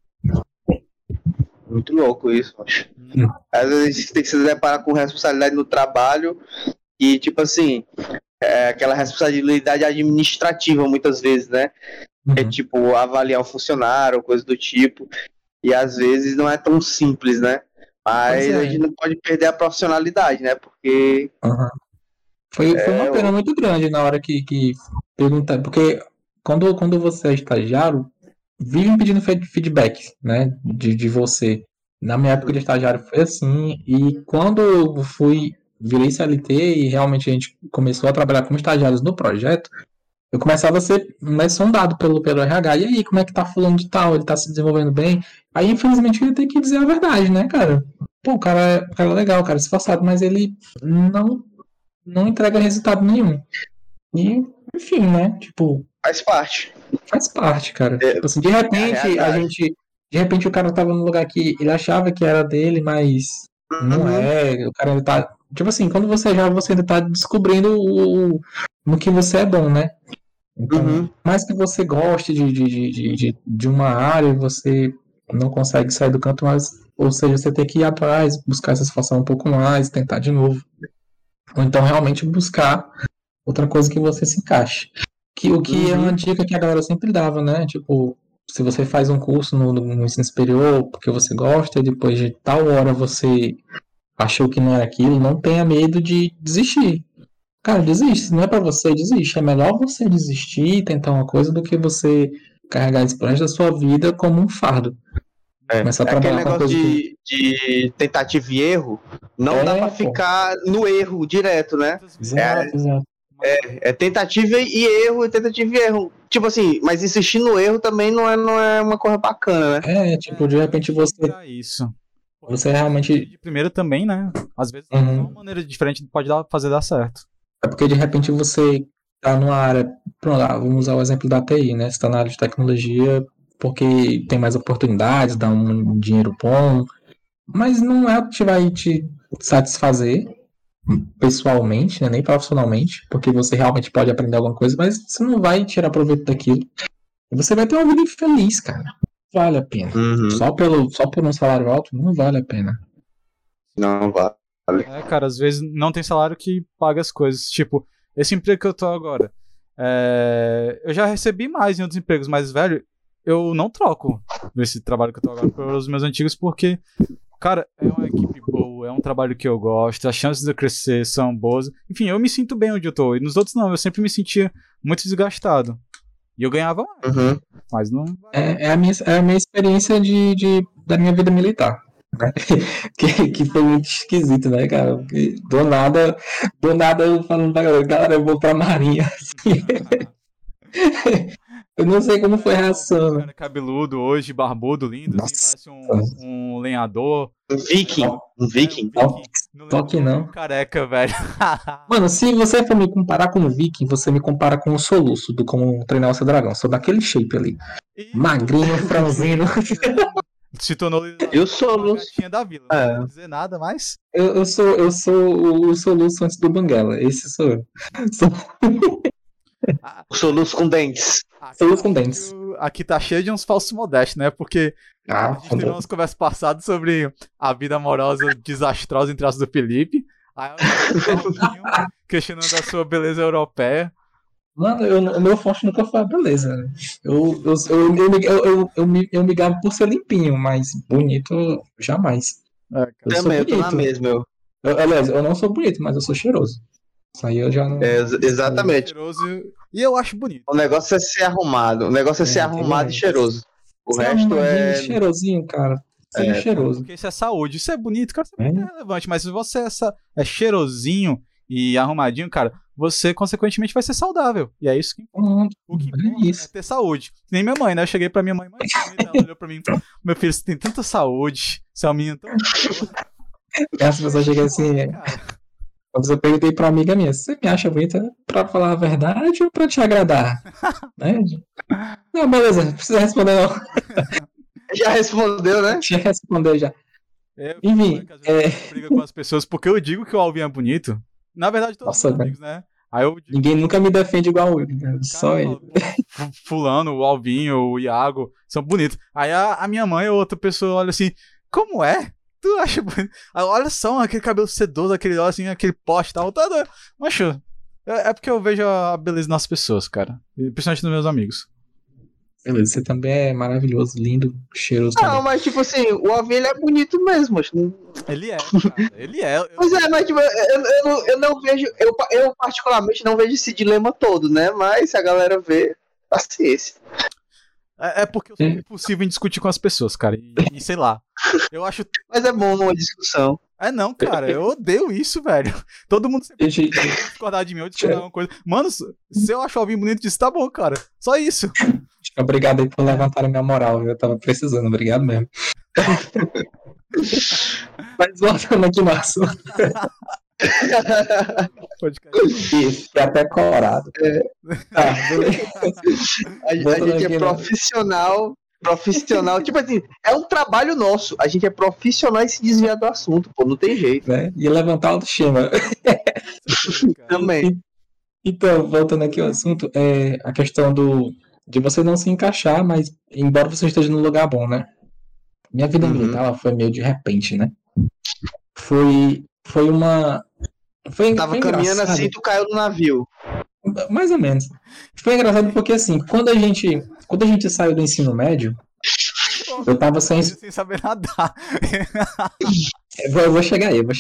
Muito louco isso, acho. Às vezes você tem que se deparar com responsabilidade no trabalho e, tipo assim, aquela responsabilidade administrativa, muitas vezes, né? É tipo, avaliar um funcionário, coisa do tipo. E às vezes não é tão simples, né? Mas a gente não pode perder a profissionalidade, né? Porque. Foi uma pena muito grande na hora que perguntar. Porque quando você é estagiário, vivem pedindo feedback, né? De você. Na minha época de estagiário foi assim. E quando eu virei CLT e realmente a gente começou a trabalhar como estagiários no projeto, eu começava a ser mais sondado pelo RH. E aí, como é que tá fulano de tal? Ele tá se desenvolvendo bem? Aí, infelizmente, eu ia ter que dizer a verdade, né, cara? Pô, o cara é legal, o cara é esforçado, mas ele não entrega resultado nenhum. E, enfim, né? Tipo. Faz parte. Faz parte, cara. Tipo assim, de repente o cara tava num lugar que ele achava que era dele, mas não é. O cara ainda tá. Tipo assim, quando você é jovem, você ainda tá descobrindo no que você é bom, né? Então, mais que você goste de uma área, você não consegue sair do canto, mas, ou seja, você tem que ir atrás, buscar se esforçar um pouco mais, tentar de novo. Ou então realmente buscar outra coisa que você se encaixe. O que é uma dica que a galera sempre dava, né? Tipo, se você faz um curso no ensino superior porque você gosta e depois de tal hora você achou que não era aquilo, não tenha medo de desistir. Cara, desiste. Se não é pra você, desiste. É melhor você desistir e tentar uma coisa do que você carregar esse pro resto da sua vida como um fardo. Começar a trabalhar aquele negócio de tentativa e erro, não dá pra ficar no erro direto, né? Exato. É tentativa e erro, tentativa e erro. Tipo assim, mas insistir no erro também não é uma coisa bacana, né? Tipo, de repente você. Isso. Você realmente. De primeira também, né? Às vezes, de uma maneira diferente pode fazer dar certo. É porque de repente você tá numa área. Pronto, vamos usar o exemplo da TI, né? Você tá na área de tecnologia porque tem mais oportunidades, dá um dinheiro bom. Mas não é o que vai te satisfazer pessoalmente, né, nem profissionalmente, porque você realmente pode aprender alguma coisa, mas você não vai tirar proveito daquilo. Você vai ter uma vida infeliz, cara. Não vale a pena. Só por um salário alto, não vale a pena. Não vale. Cara, às vezes não tem salário que paga as coisas. Tipo, esse emprego que eu tô agora, eu já recebi mais em outros empregos, mas, velho, eu não troco esse trabalho que eu tô agora pelos meus antigos, porque, cara, é uma equipe boa, é um trabalho que eu gosto, as chances de eu crescer são boas. Enfim, eu me sinto bem onde eu tô. E nos outros não, eu sempre me sentia muito desgastado. E eu ganhava mais. Mas não... É a minha experiência da minha vida militar. Né? que foi muito esquisito, né, cara? Do nada eu falando pra galera, eu vou pra Marinha. Assim. Eu não sei como foi a reação. Um cara cabeludo hoje, barbudo, lindo, assim, parece um lenhador. Um viking. Toque não. Careca, velho. Mano, se você for me comparar com o Viking, você me compara com o Soluço, do Como Treinar o Seu Dragão. Sou daquele shape ali. Magrinho, franzino. Se tornou eu Soluço da vila. Não vou dizer nada mais. Eu sou o Soluço antes do Banguela. Esse sou eu. O Soluço com dentes. Soluço com dentes. Aqui tá cheio de uns falsos modestos, né? Porque a gente teve umas conversas passadas sobre a vida amorosa desastrosa entre as do Felipe. Aí questionando a sua beleza europeia. Mano, o meu forte nunca foi a beleza. Eu me gabo por ser limpinho, mas bonito jamais. Eu também, eu tô na mesma. Aliás, eu não sou bonito, mas eu sou cheiroso. Isso aí eu já não. Exatamente. E eu acho bonito. O negócio é ser arrumado. O negócio é ser arrumado e cheiroso. O resto é. Cheirosinho, cara. Seja cheiroso. Porque isso é saúde. Isso é bonito, cara. Isso é muito relevante. Mas se você é cheirosinho e arrumadinho, cara, você consequentemente vai ser saudável. E é isso que importa. O que importa é ter saúde. Nem minha mãe, né? Eu cheguei pra minha mãe, ela olhou pra mim. Meu filho, você tem tanta saúde. Você é um menino tão. Essa pessoa chega assim. Quando eu perguntei pra uma amiga minha, você me acha bonita pra falar a verdade ou pra te agradar? Né? Não, beleza, não precisa responder não. Já respondeu, né? Já respondeu, já. Enfim, briga com as pessoas porque eu digo que o Alvin é bonito. Na verdade, todos os amigos, né? Aí eu digo, ninguém nunca me defende igual o Will, só ele. Fulano, o Alvin, o Iago, são bonitos. Aí a minha mãe ou outra pessoa olha assim, como é? Tu acha bonito? Olha só, aquele cabelo sedoso, aquele poste e tal. Tá doido. Macho, é porque eu vejo a beleza nas pessoas, cara. Principalmente nos meus amigos. Beleza, você também é maravilhoso, lindo, cheiroso. Não, também. mas tipo assim, o Alvin ele é bonito mesmo. Ele é, cara. Ele é. Pois é, mas tipo, eu não vejo. Eu particularmente não vejo esse dilema todo, né? Mas se a galera vê, paciência. É porque eu sou impossível em discutir com as pessoas, cara. E sei lá. Eu acho. Mas é bom numa discussão. Não, cara, eu odeio isso, velho. Todo mundo sempre discordar de mim ou discordar uma coisa. Mano, se eu acho o Alvin bonito, disso tá bom, cara. Só isso. Obrigado aí por levantar a minha moral, eu tava precisando, obrigado mesmo. Mas voltando aqui no assunto. Isso, é até colorado. Tá, a gente é profissional, tipo assim, é um trabalho nosso. A gente é profissional e se desviar do assunto, pô, não tem jeito. Né? E levantar a autoestima. Também. Então, voltando aqui ao assunto, a questão de você não se encaixar, mas embora você esteja no lugar bom, né? Minha vida militar ela foi meio de repente, né? Foi Tava caminhando assim e tu caiu no navio. Mais ou menos. Foi engraçado porque assim, quando a gente saiu do ensino médio, eu tava sem saber nadar. Eu vou chegar aí.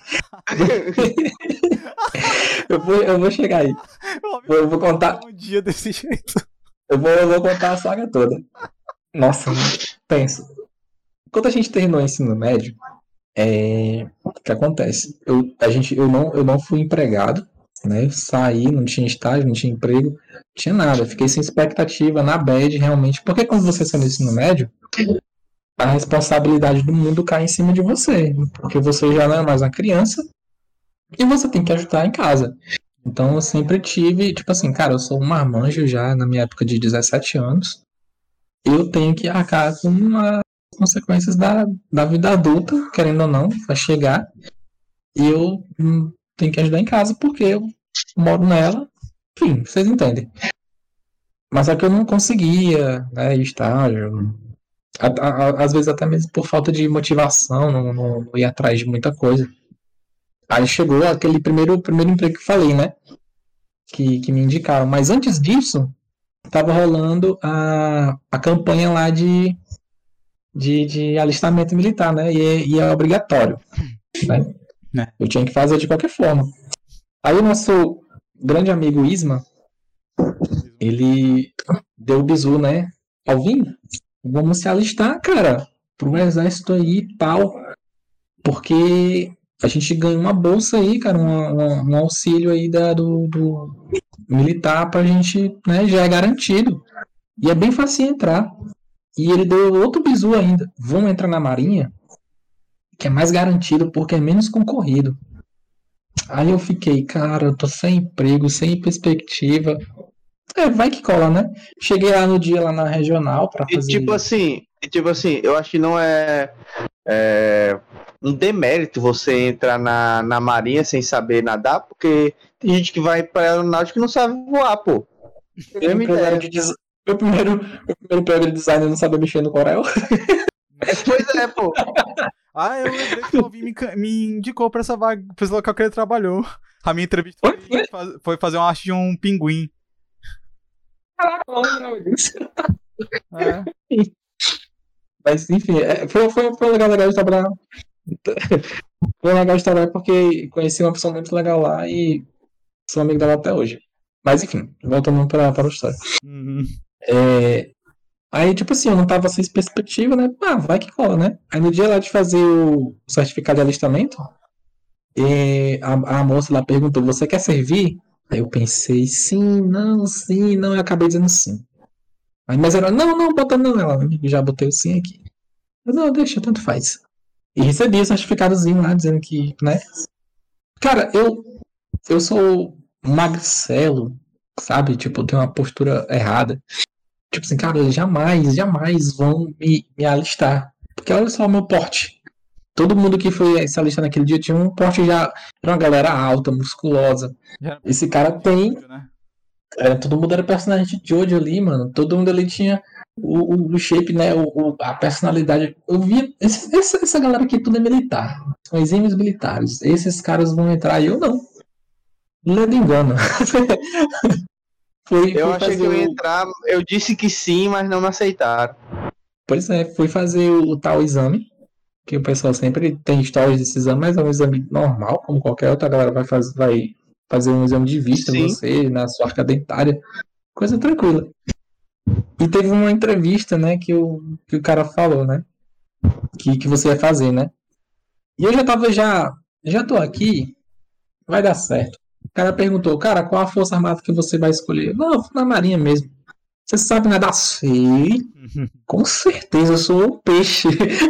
eu vou chegar aí. Eu vou contar um dia desse jeito. Eu vou contar a saga toda. Nossa, pensa. Quando a gente terminou o ensino médio, o que acontece? Eu não fui empregado, né? Eu saí, não tinha estágio, não tinha emprego, não tinha nada. Fiquei sem expectativa, na bad, realmente. Porque quando você sai do ensino médio, a responsabilidade do mundo cai em cima de você. Porque você já não é mais uma criança e você tem que ajudar em casa. Então eu sempre tive, tipo assim, cara, eu sou um marmanjo já na minha época de 17 anos. Eu tenho que arcar com as consequências da vida adulta, querendo ou não, vai chegar. E eu tenho que ajudar em casa porque eu moro nela. Enfim, vocês entendem. Mas é que eu não conseguia, né, estágio. Às vezes até mesmo por falta de motivação, não ia atrás de muita coisa. Aí chegou aquele primeiro emprego que eu falei, né? Que me indicaram. Mas antes disso, tava rolando a campanha lá de alistamento militar, né? E é obrigatório. Né? Eu tinha que fazer de qualquer forma. Aí o nosso grande amigo Isma, ele deu o bizu, né? Alvin, vamos se alistar, cara, pro exército aí e tal. Porque a gente ganha uma bolsa aí, cara, um auxílio aí do militar pra gente, né, já é garantido. E é bem fácil entrar. E ele deu outro bizu ainda. Vamos entrar na Marinha, que é mais garantido porque é menos concorrido. Aí eu fiquei, cara, eu tô sem emprego, sem perspectiva. Vai que cola, né? Cheguei lá no dia, lá na regional, pra fazer... E tipo assim, eu acho que não é um demérito você entrar na Marinha sem saber nadar, porque tem gente que vai pra aeronáutica e não sabe voar, pô. Meu primeiro emprego de design eu não sabia mexer no Corel. Pois é, pô. Eu lembrei que o Alvin me indicou pra essa vaga, pra esse local que ele trabalhou. A minha entrevista foi fazer uma arte de um pinguim. Caraca, eu não lembrava disso. É. Mas, enfim, foi legal de trabalhar. Foi legal de trabalhar porque conheci uma pessoa muito legal lá e sou amigo dela até hoje. Mas, enfim, voltando para a história. Uhum. Aí, tipo assim, eu não tava sem perspectiva, né? Vai que cola, né? Aí no dia lá de fazer o certificado de alistamento, a moça lá perguntou, você quer servir? Aí eu pensei, sim, não, eu acabei dizendo sim. Mas ela, não, bota não, ela, já botei o sim aqui. Eu, não, deixa, tanto faz. E recebi o certificadozinho lá, dizendo que, né? Cara, eu sou magricelo, sabe? Tipo, eu tenho uma postura errada. Tipo assim, cara, eles jamais vão me alistar. Porque olha só o meu porte. Todo mundo que foi se alistar naquele dia tinha um porte já. Era uma galera alta, musculosa. Esse cara tem. Todo mundo era personagem de Jojo ali, mano. Todo mundo ali tinha o shape, né? A personalidade. Eu vi. Essa galera aqui tudo é militar. São exímios militares. Esses caras vão entrar e eu não. Lendo engano. Eu achei que eu ia entrar, eu disse que sim, mas não me aceitaram. Pois é, fui fazer o tal exame, que o pessoal sempre tem histórias desse exame, mas é um exame normal, como qualquer outra galera vai fazer um exame de vista, Sim. você, na sua arca dentária, coisa tranquila. E teve uma entrevista, né, que o cara falou, né, que você ia fazer, né. E eu já tô aqui, vai dar certo. O cara perguntou, cara, qual a força armada que você vai escolher? Não, eu vou na marinha mesmo. Você sabe nadar? Sei. Com certeza, eu sou um peixe.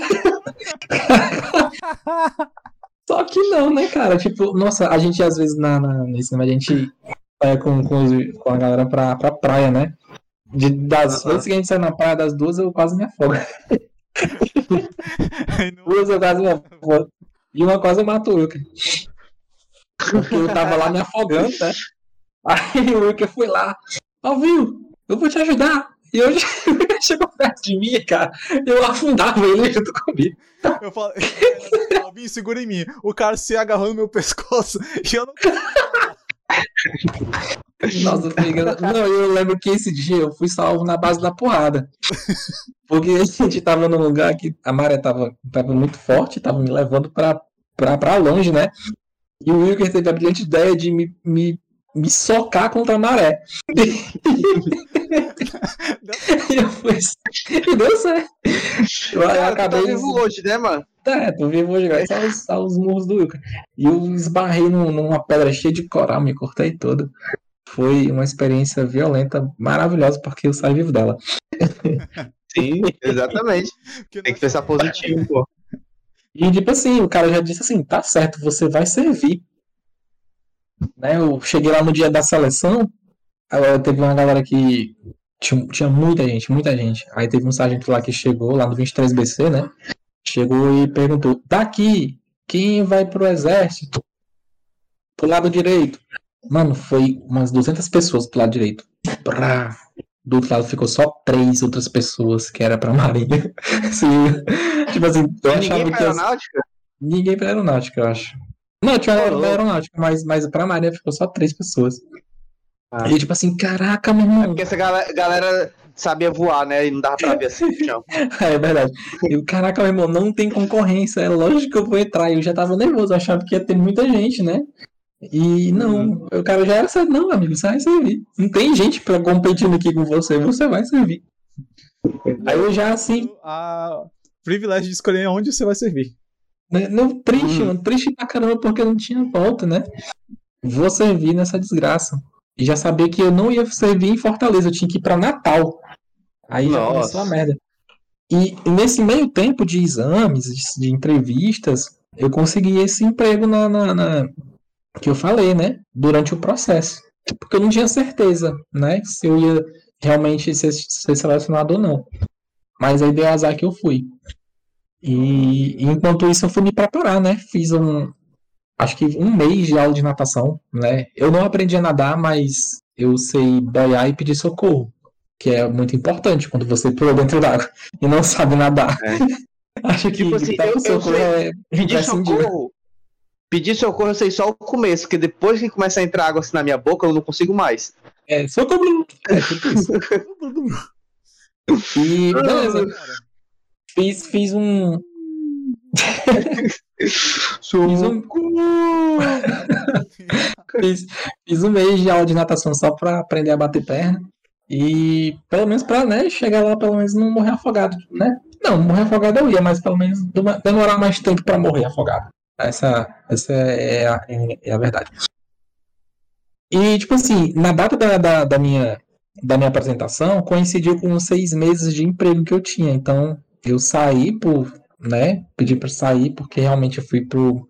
Só que não, né, cara? Tipo, nossa, a gente às vezes nesse a gente vai com a galera pra praia, né? Das vezes que a gente sai na praia, das duas eu quase me afogo. Duas eu quase me afogo. E uma quase eu mato o Wilker. Porque eu tava lá me afogando, né? Aí o Wilker foi lá. Viu? Eu vou te ajudar. E hoje ele chegou perto de mim, cara. Eu afundava ele junto comigo. Eu falei, Alvin, segura em mim. O cara se agarrou no meu pescoço e eu não. Nossa, não, eu lembro que esse dia eu fui salvo na base da porrada. Porque a gente tava num lugar que a maré tava muito forte, tava me levando pra longe, né? E o Wilker teve a brilhante ideia de me socar contra a maré. E deu certo. Eu acabei. Tu tá vivo hoje, né, mano? Tô vivo hoje, graças aos murros do Wilker. E eu esbarrei numa pedra cheia de coral, me cortei todo. Foi uma experiência violenta, maravilhosa, porque eu saí vivo dela. Sim, exatamente. Tem que pensar positivo, pô. E tipo assim, o cara já disse assim, tá certo, você vai servir. Né, eu cheguei lá no dia da seleção, teve uma galera que tinha muita gente. Aí teve um sargento lá que chegou, lá no 23BC, né? Chegou e perguntou, daqui, quem vai pro exército? Pro lado direito. Mano, foi umas 200 pessoas pro lado direito. Do outro lado ficou só 3 outras pessoas que era pra marinha. Tipo assim, eu achava Ninguém pra aeronáutica? Ninguém pra aeronáutica, eu acho. Não, tinha aeronáutica, mas pra marinha ficou só 3 pessoas. E tipo assim, caraca, meu irmão. Porque essa galera sabia voar, né? E não dava pra ver assim no chão. É verdade. Eu, caraca, meu irmão, não tem concorrência. É lógico que eu vou entrar. Eu já tava nervoso, eu achava que ia ter muita gente, né? E não, o cara já era certo. Não, amigo, você vai servir. Não tem gente pra competindo aqui com você vai servir. Aí eu já assim. A privilégio de escolher onde você vai servir. Não, triste, mano. Triste pra caramba porque não tinha volta, né? Vou servir nessa desgraça. E já sabia que eu não ia servir em Fortaleza, eu tinha que ir pra Natal. Aí já começou a merda. E nesse meio tempo de exames, de entrevistas, eu consegui esse emprego que eu falei, né? Durante o processo. Porque eu não tinha certeza, né? Se eu ia realmente ser selecionado ou não. Mas aí deu azar que eu fui. E enquanto isso eu fui me preparar, né? Fiz acho que 1 mês de aula de natação, né? Eu não aprendi a nadar, mas eu sei boiar e pedir socorro, que é muito importante quando você pula dentro d'água e não sabe nadar. Acho que Tipo assim, gritar pro socorro é pedir imprescindível. socorro. Pedir socorro eu sei só o começo, porque depois que começa a entrar água assim na minha boca, eu não consigo mais. Socorro! É tipo isso. E beleza. Fiz um. Fiz um mês de aula de natação só pra aprender a bater perna. E pelo menos pra, né, chegar lá, pelo menos não morrer afogado, né? Não, morrer afogado eu ia, mas pelo menos demorar mais tempo pra morrer afogado. Essa é a verdade. E, tipo assim, na data da minha apresentação, coincidiu com os 6 meses de emprego que eu tinha. Então, eu saí pedi pra sair, porque realmente eu fui pro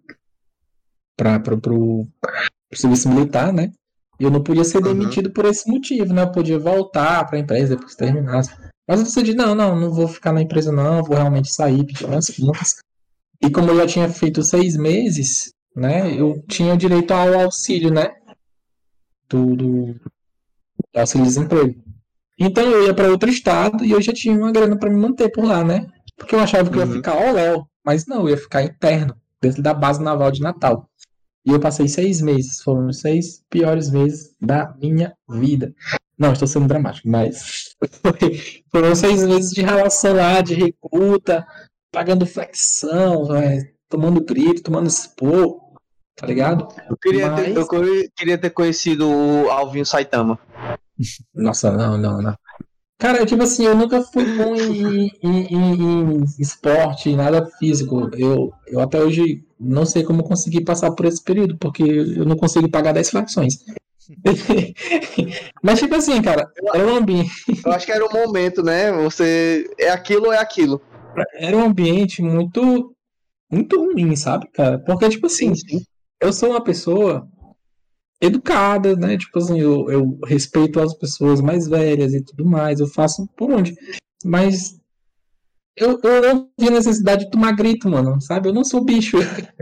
serviço militar, né? E eu não podia ser demitido por esse motivo, né? Eu podia voltar pra empresa depois que terminasse. Mas eu decidi, não vou ficar na empresa não, vou realmente sair, pedir minhas contas. E como eu já tinha feito 6 meses, né? Eu tinha direito ao auxílio, né? Do auxílio-desemprego. Então eu ia para outro estado e eu já tinha uma grana para me manter por lá, né? Porque eu achava que eu ia ficar ao léu, mas não, eu ia ficar interno, dentro da base naval de Natal. E eu passei 6 meses, foram os 6 piores meses da minha vida. Não, estou sendo dramático, mas foram 6 meses de relação lá, de recruta, pagando flexão, tomando grito, tomando expor, tá ligado? Eu queria ter conhecido o Alvinho Saitama. Nossa, não. Cara, tipo assim, eu nunca fui bom em esporte, nada físico. Eu até hoje não sei como consegui passar por esse período, porque eu não consigo pagar 10 flexões. Mas tipo assim, cara, era um ambiente. Eu acho que era o momento, né? Você é aquilo ou é aquilo. Era um ambiente muito, muito ruim, sabe, cara? Porque, tipo assim, eu sou uma pessoa educada, né? Tipo assim, eu respeito as pessoas mais velhas e tudo mais, eu faço por onde. Mas eu não vi a necessidade de tomar grito, mano, sabe? Eu não sou bicho.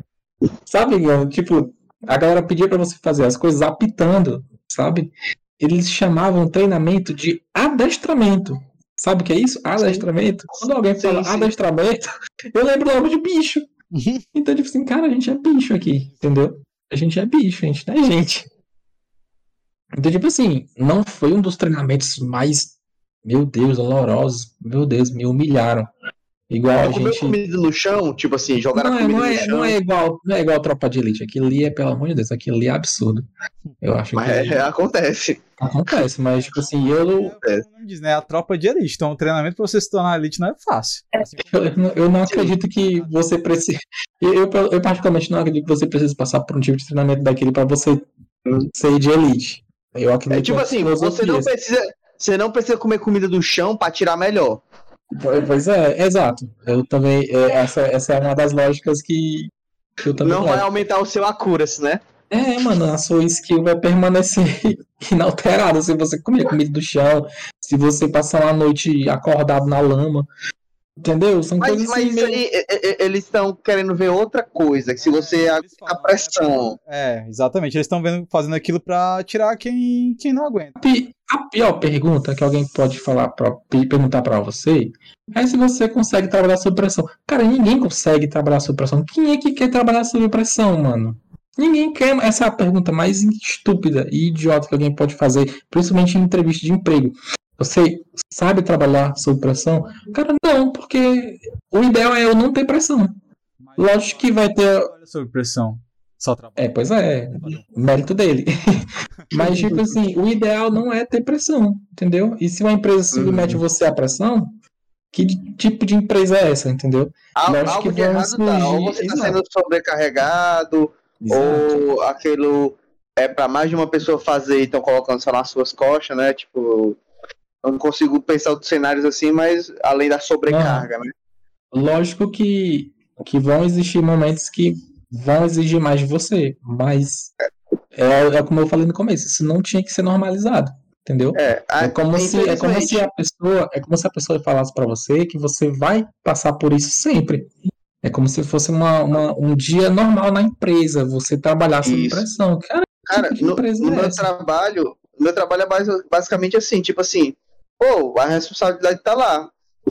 Sabe, mano? Tipo, a galera pedia pra você fazer as coisas apitando, sabe? Eles chamavam treinamento de adestramento. Sabe o que é isso? Adestramento. Quando alguém fala adestramento, eu lembro logo de bicho. Então, tipo assim, cara, a gente é bicho aqui, entendeu? A gente é bicho, a gente não é gente. Então, tipo assim, não foi um dos treinamentos mais, meu Deus, dolorosos. Meu Deus, me humilharam. Igual a gente. Comida no chão, tipo assim, jogar a comida no chão. Não é igual Tropa de Elite. Aquilo ali é, pelo amor de Deus, aquilo ali é absurdo. Eu acho que. Acontece, mas, tipo assim, eu. Não diz, né? A Tropa de Elite. Então, o treinamento pra você se tornar elite não é fácil. Eu não acredito que você precise. Eu, particularmente, não acredito que você precise passar por um tipo de treinamento daquele pra você ser de elite. Eu acredito tipo assim, você não precisa comer comida do chão pra tirar melhor. Pois é, exato. Eu também. Essa é uma das lógicas que eu também. Não vai aumentar o seu accuracy, né? Mano, a sua skill vai permanecer inalterada se você comer comida do chão, se você passar uma noite acordado na lama. Entendeu? São coisas mas assim. Isso aí, eles estão querendo ver outra coisa, que se você aguenta a pressão. Exatamente. Eles estão fazendo aquilo pra tirar quem não aguenta. A pior pergunta que alguém pode perguntar pra você é se você consegue trabalhar sob pressão. Cara, ninguém consegue trabalhar sob pressão. Quem é que quer trabalhar sob pressão, mano? Ninguém quer. Essa é a pergunta mais estúpida e idiota que alguém pode fazer, principalmente em entrevista de emprego. Você sabe trabalhar sob pressão? Cara, não, porque o ideal é eu não ter pressão. Lógico que vai ter. Sob pressão. Só trabalho. Pois é. Mérito dele. Mas, tipo assim, o ideal não é ter pressão, entendeu? E se uma empresa submete você à pressão, que tipo de empresa é essa, entendeu? Algo de errado tá. Ou você está sendo sobrecarregado, ou aquilo é para mais de uma pessoa fazer e estão colocando só nas suas costas, né? Tipo, eu não consigo pensar outros cenários assim, mas além da sobrecarga, né? Lógico que vão existir momentos que vão exigir mais de você, mas é como eu falei no começo, isso não tinha que ser normalizado, entendeu? É como se a pessoa falasse para você que você vai passar por isso sempre. É como se fosse um dia normal na empresa, você trabalhar sob pressão. Cara, no meu trabalho é basicamente assim, tipo assim, a responsabilidade tá lá.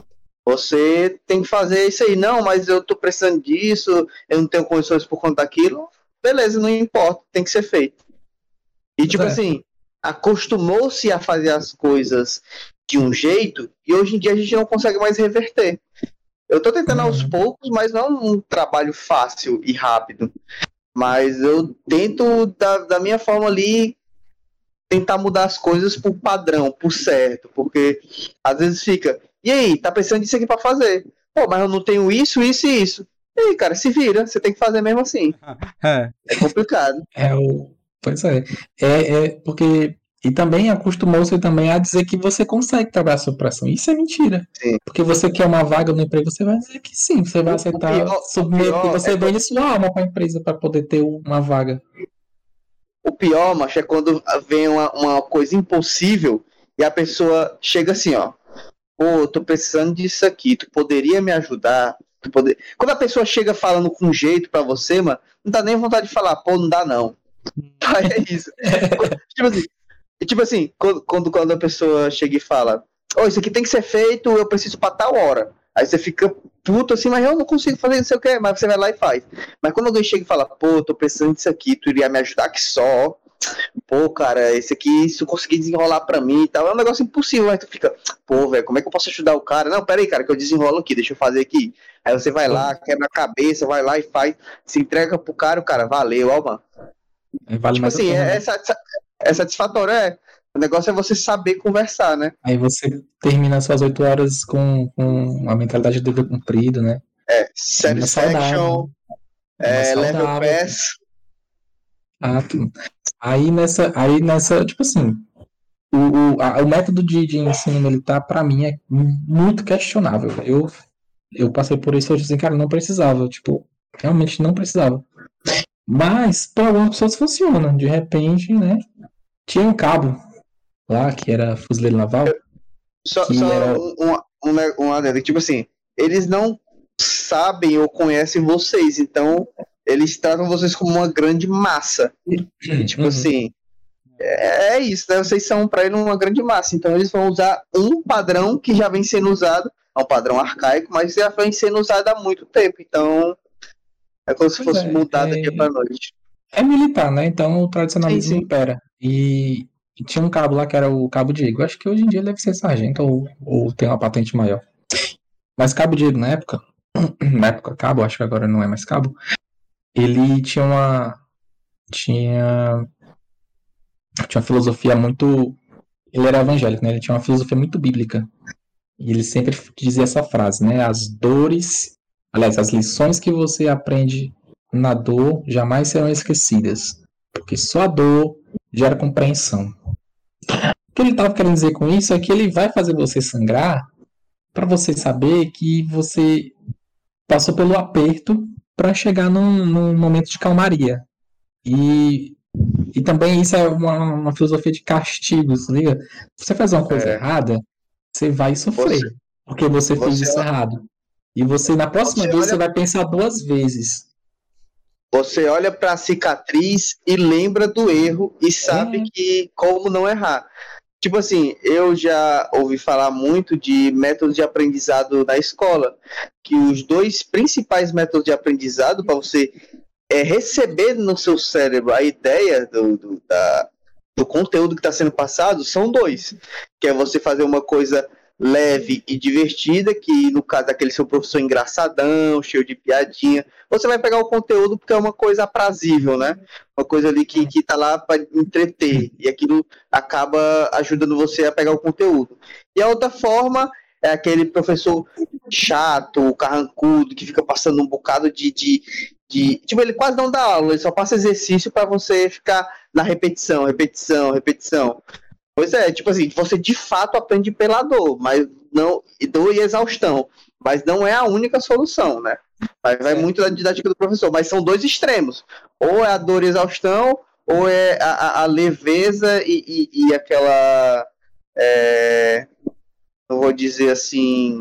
Você tem que fazer isso aí. Não, mas eu tô precisando disso, eu não tenho condições por conta daquilo. Beleza, não importa, tem que ser feito. E tipo assim, acostumou-se a fazer as coisas de um jeito e hoje em dia a gente não consegue mais reverter. Eu tô tentando aos poucos, mas não é um trabalho fácil e rápido. Mas eu tento, da minha forma ali, tentar mudar as coisas por padrão, por certo. Porque às vezes fica, e aí, tá precisando disso aqui pra fazer? Pô, mas eu não tenho isso, isso e isso. E aí, cara, se vira, você tem que fazer mesmo assim. É complicado. Pois é. Porque. E também acostumou-se também a dizer que você consegue trabalhar sob pressão. Isso é mentira. Sim. Porque você quer uma vaga no emprego, você vai dizer que sim, você vai aceitar, submeter, você vende sua alma para a empresa para poder ter uma vaga. O pior, macho, é quando vem uma coisa impossível e a pessoa chega assim, ó. Pô, tô precisando disso aqui, tu poderia me ajudar? Quando a pessoa chega falando com jeito pra você, mano, não dá nem vontade de falar, pô, não dá não. É isso. Tipo assim, quando a pessoa chega e fala, isso aqui tem que ser feito, eu preciso pra tal hora. Aí você fica puto assim, mas eu não consigo fazer isso, que, mas você vai lá e faz. Mas quando alguém chega e fala, pô, tô precisando disso aqui, tu iria me ajudar que só. Pô, cara, esse aqui, se eu conseguir desenrolar pra mim e tal, é um negócio impossível. Aí tu fica, pô, velho, como é que eu posso ajudar o cara? Não, pera aí, cara, que eu desenrolo aqui, deixa eu fazer aqui. Aí você vai lá, quebra a cabeça, vai lá e faz, se entrega pro cara, o cara, valeu, ó, mano. Vale tipo assim, é satisfatório, o negócio é você saber conversar, né? Aí você termina suas 8 horas com a mentalidade do dever cumprido, né? Satisfaction, level pass. Aí nessa, tipo assim, o método de ensino militar, pra mim, é muito questionável. Eu passei por isso e eu disse, cara, não precisava. Tipo, realmente não precisava. Mas, para algumas pessoas funciona. De repente, né? Tinha um cabo lá, que era fuzileiro naval. Um adendo, tipo assim, eles não sabem ou conhecem vocês, então eles tratam vocês como uma grande massa. E, tipo assim, é isso, né? Vocês são pra ele uma grande massa, então eles vão usar um padrão que já vem sendo usado, é um padrão arcaico, mas já vem sendo usado há muito tempo, então é como se fosse mudado dia pra noite. É militar, né? Então o tradicionalismo impera. E tinha um cabo lá que era o Cabo Diego. Acho que hoje em dia ele deve ser sargento ou tem uma patente maior. Mas Cabo Diego, na época cabo, acho que agora não é mais cabo, ele tinha uma filosofia muito... Ele era evangélico, né? Ele tinha uma filosofia muito bíblica. E ele sempre dizia essa frase, né? As lições que você aprende na dor jamais serão esquecidas. Porque só a dor gera compreensão. O que ele estava querendo dizer com isso é que ele vai fazer você sangrar para você saber que você passou pelo aperto para chegar num momento de calmaria. E também isso é uma filosofia de castigos, liga? Se você fazer uma coisa errada, você vai sofrer, porque você fez isso errado. E você, na próxima vez, você vai pensar 2 vezes. Você olha para a cicatriz e lembra do erro e sabe que como não errar. Tipo assim, eu já ouvi falar muito de métodos de aprendizado na escola, que os 2 principais métodos de aprendizado para você receber no seu cérebro a ideia do conteúdo que está sendo passado são 2, que é você fazer uma coisa leve e divertida, que no caso daquele seu professor engraçadão, cheio de piadinha, você vai pegar o conteúdo porque é uma coisa aprazível, né? Uma coisa ali que tá lá para entreter, e aquilo acaba ajudando você a pegar o conteúdo. E a outra forma é aquele professor chato, carrancudo, que fica passando um bocado de tipo, ele quase não dá aula, ele só passa exercício para você ficar na repetição. Pois é, tipo assim, você de fato aprende pela dor, mas não, dor e exaustão, mas não é a única solução, né? Vai muito da didática do professor, mas são 2 extremos. Ou é a dor e exaustão, ou é a leveza e aquela... não vou dizer assim...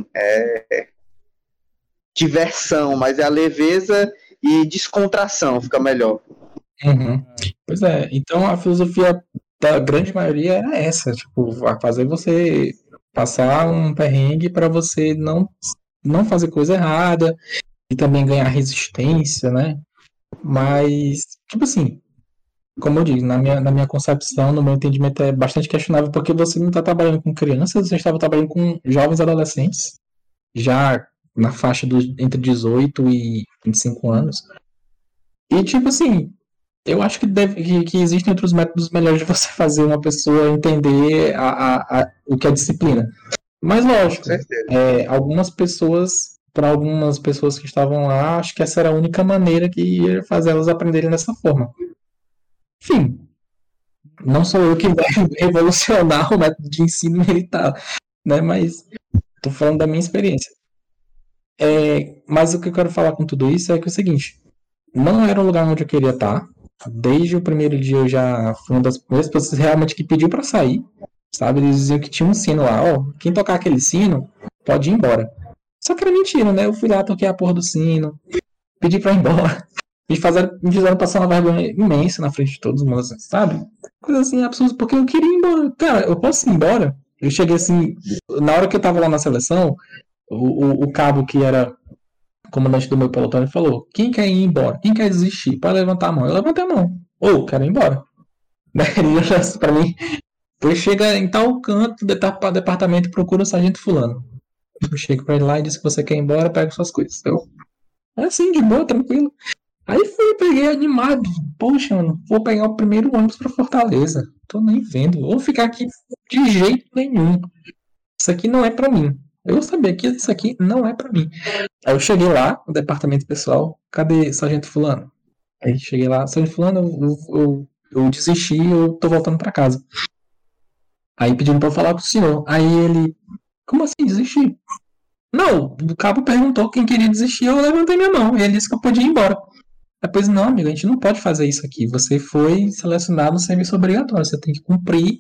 diversão, mas é a leveza e descontração, fica melhor. Pois é, então a filosofia da grande maioria era essa, tipo, a fazer você Passar um perrengue para você não fazer coisa errada e também ganhar resistência, né? Mas, tipo assim, como eu digo, na minha concepção, no meu entendimento, é bastante questionável porque você não está trabalhando com crianças, você estava trabalhando com jovens adolescentes, já na faixa entre 18 e 25 anos. E, tipo assim, eu acho que existem outros métodos melhores de você fazer uma pessoa entender o que é disciplina. Mas, lógico, para algumas pessoas que estavam lá, acho que essa era a única maneira que ia fazer elas aprenderem dessa forma. Enfim, não sou eu que vai revolucionar o método de ensino militar, né? Mas tô falando da minha experiência. Mas o que eu quero falar com tudo isso é que é o seguinte, não era o lugar onde eu queria estar. Desde o primeiro dia eu já fui uma das primeiras pessoas realmente que pediu pra sair, sabe? Eles diziam que tinha um sino lá, ó, quem tocar aquele sino pode ir embora. Só que era mentira, né? Eu fui lá, toquei a porra do sino, pedi pra ir embora. Me fizeram passar uma vergonha imensa na frente de todos os meus, sabe? Coisa assim absurda, porque eu queria ir embora. Cara, eu posso ir embora? Eu cheguei assim, na hora que eu tava lá na seleção, o cabo que era comandante do meu pelotão, ele falou: quem quer ir embora? Quem quer desistir? Pode levantar a mão. Eu levantei a mão. Ou, quero ir embora. Ele olhou pra mim, pois chega em tal canto, departamento e procura o sargento fulano. Eu chego pra ele lá e disse que você quer ir embora, pega suas coisas. Eu, assim, de boa, tranquilo. Aí peguei animado. Poxa, mano, vou pegar o primeiro ônibus pra Fortaleza. Tô nem vendo. Vou ficar aqui de jeito nenhum. Isso aqui não é pra mim. Eu sabia que isso aqui não é pra mim. Aí eu cheguei lá, no departamento pessoal. Cadê sargento fulano? Aí cheguei lá, sargento fulano, eu desisti, eu tô voltando pra casa. Aí pedindo pra eu falar com o senhor. Aí ele, como assim desistir? Não, o cabo perguntou quem queria desistir, eu levantei minha mão. E ele disse que eu podia ir embora. Depois, não, amigo, a gente não pode fazer isso aqui. Você foi selecionado no serviço obrigatório. Você tem que cumprir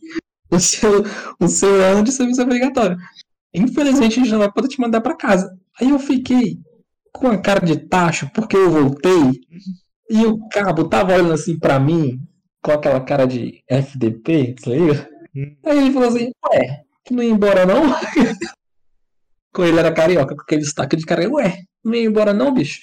o seu ano de serviço obrigatório. Infelizmente, a gente não vai poder te mandar pra casa. Aí eu fiquei com a cara de tacho, porque eu voltei. E o cabo tava olhando assim pra mim, com aquela cara de FDP, tá ligado? Aí ele falou assim, ué, tu não ia embora não? Com ele era carioca, com aquele destaque de cara, ué, não ia embora não, bicho?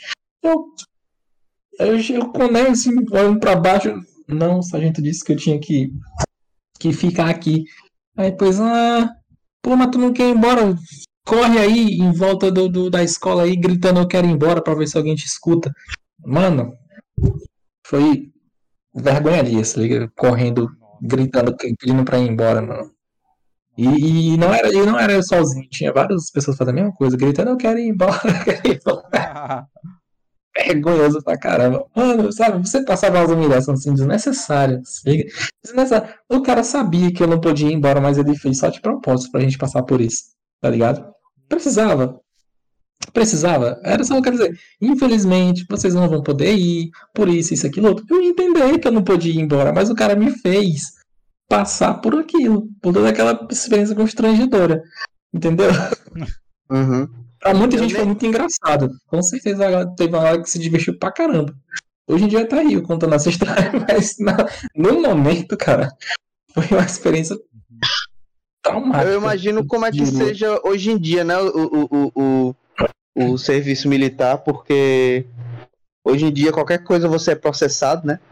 Eu conego assim, olhando pra baixo. Não, o sargento disse que eu tinha que ficar aqui. Aí depois, pô, mas tu não quer ir embora? Corre aí em volta da escola aí, gritando eu quero ir embora pra ver se alguém te escuta. Mano, foi vergonha ali, correndo, gritando, pedindo pra ir embora, mano. E não era eu sozinho, tinha várias pessoas fazendo a mesma coisa, gritando eu quero ir embora, eu quero ir embora. Vergonhoso pra caramba. Mano, sabe, você passava umas humilhações assim desnecessárias. O cara sabia que eu não podia ir embora, mas ele fez só de propósito pra gente passar por isso, tá ligado? Precisava. Era só, quer dizer, infelizmente, vocês não vão poder ir, por isso, aquilo, outro. Eu entendi que eu não podia ir embora, mas o cara me fez passar por aquilo, por toda aquela experiência constrangedora. Entendeu? Uhum. Pra muita gente foi muito engraçado. Com certeza teve uma hora que se divertiu pra caramba. Hoje em dia tá Rio contando essa história, mas no momento, cara, foi uma experiência traumática. Eu imagino como é que seja hoje em dia, né, o serviço militar, porque hoje em dia qualquer coisa você é processado, né?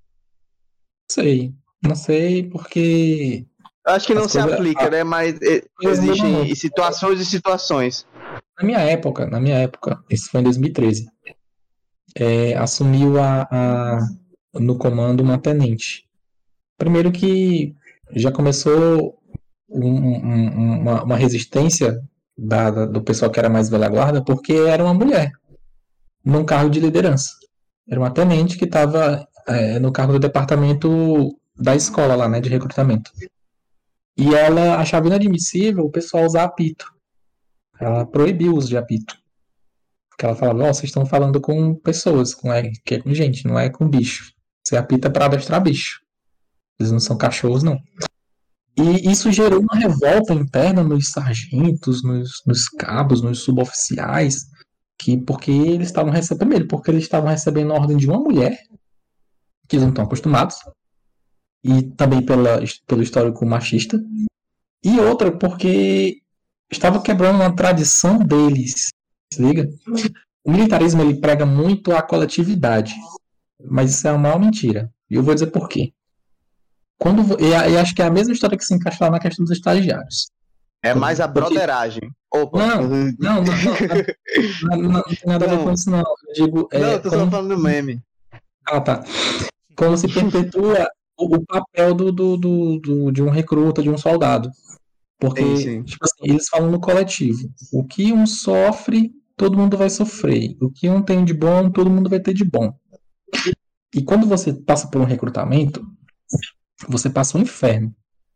Não sei porque... Acho que não se aplica, né, mas existem situações e situações. Na minha época, isso foi em 2013, assumiu no comando uma tenente. Primeiro que já começou uma resistência do pessoal que era mais velha guarda, porque era uma mulher num cargo de liderança. Era uma tenente que estava no cargo do departamento da escola lá, né, de recrutamento. E ela achava inadmissível o pessoal usar apito. Ela proibiu o uso de apito. Porque ela falava, vocês estão falando com pessoas, que é com gente, não é com bicho. Você apita para adestrar bicho. Eles não são cachorros, não. E isso gerou uma revolta interna nos sargentos, nos cabos, nos suboficiais, porque eles estavam recebendo ordem de uma mulher, que eles não estão acostumados, e também pelo histórico machista, e outra porque estava quebrando uma tradição deles, se liga? O militarismo, ele prega muito a coletividade, mas isso é uma maior mentira. E eu vou dizer por quê. E acho que é a mesma história que se encaixa lá na questão dos estagiários. É mais a broderagem. Opa. Não tem nada a ver com isso, não. Eu digo, eu tô só falando do meme. Ah, tá. Como se perpetua o papel de um recruta, de um soldado. Porque, Sim. tipo assim, eles falam no coletivo. O que um sofre, todo mundo vai sofrer. O que um tem de bom, todo mundo vai ter de bom. E quando você passa por um recrutamento, você passa um inferno.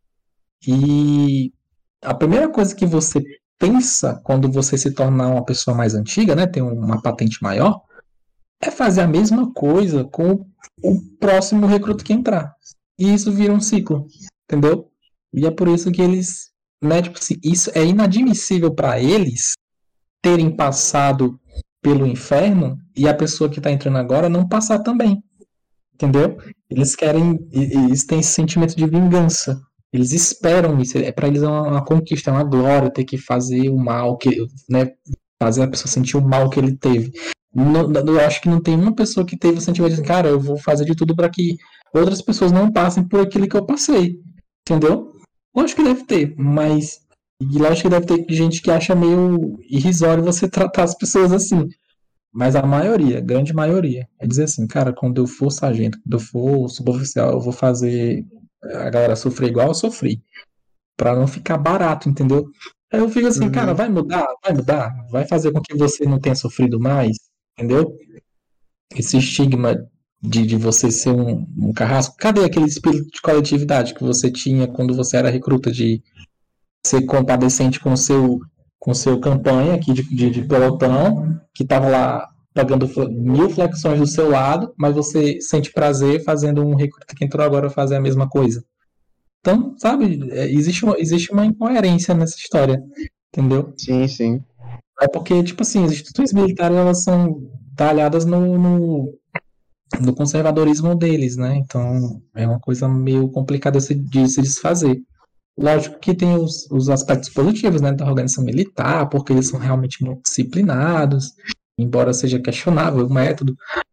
E a primeira coisa que você pensa quando você se tornar uma pessoa mais antiga, né, tem uma patente maior, é fazer a mesma coisa com o próximo recruta que entrar. E isso vira um ciclo, entendeu? E é por isso que eles, né, tipo assim, isso é inadmissível para eles terem passado pelo inferno e a pessoa que tá entrando agora não passar também. Entendeu? Eles têm esse sentimento de vingança. Eles esperam isso. Para eles é uma conquista, é uma glória ter que fazer o mal, né? Fazer a pessoa sentir o mal que ele teve. Eu acho que não tem uma pessoa que teve o sentimento de, cara, eu vou fazer de tudo para que outras pessoas não passem por aquilo que eu passei. Entendeu? Lógico que deve ter, mas. E lógico que deve ter gente que acha meio irrisório você tratar as pessoas assim. Mas a maioria, grande maioria, é dizer assim, cara, quando eu for sargento, quando eu for suboficial, eu vou fazer a galera sofrer igual eu sofri. Pra não ficar barato, entendeu? Aí eu fico assim, cara, vai mudar, vai fazer com que você não tenha sofrido mais, entendeu? Esse estigma de você ser um carrasco. Cadê aquele espírito de coletividade que você tinha quando você era recruta, de ser compadecente com o seu campanha aqui de pelotão, que tava lá pagando 1000 flexões do seu lado, mas você sente prazer fazendo um recruta que entrou agora fazer a mesma coisa. Então, sabe, existe uma incoerência nessa história, entendeu? Sim. É porque, tipo assim, as instituições militares, elas são talhadas no conservadorismo deles, né? Então, é uma coisa meio complicada de se desfazer. Lógico que tem os aspectos positivos, né, da organização militar, porque eles são realmente muito disciplinados, embora seja questionável o método.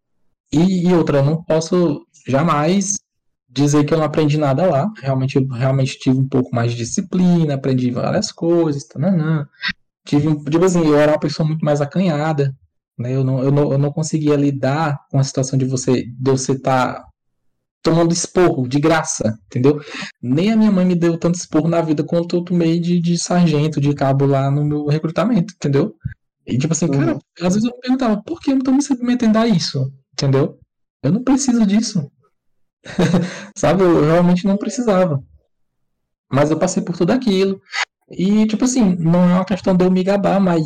E outra, eu não posso jamais dizer que eu não aprendi nada lá. Eu realmente tive um pouco mais de disciplina, aprendi várias coisas, tananã. Tipo assim, eu era uma pessoa muito mais acanhada, né? Eu não conseguia lidar com a situação de você estar tomando esporro de graça, entendeu? Nem a minha mãe me deu tanto esporro na vida quanto eu tomei de sargento, de cabo lá no meu recrutamento, entendeu? E tipo assim, cara, às vezes eu me perguntava, por que eu não tô me submetendo a isso? Entendeu? Eu não preciso disso. Sabe? Eu realmente não precisava. Mas eu passei por tudo aquilo. E, tipo assim, não é uma questão de eu me gabar, mas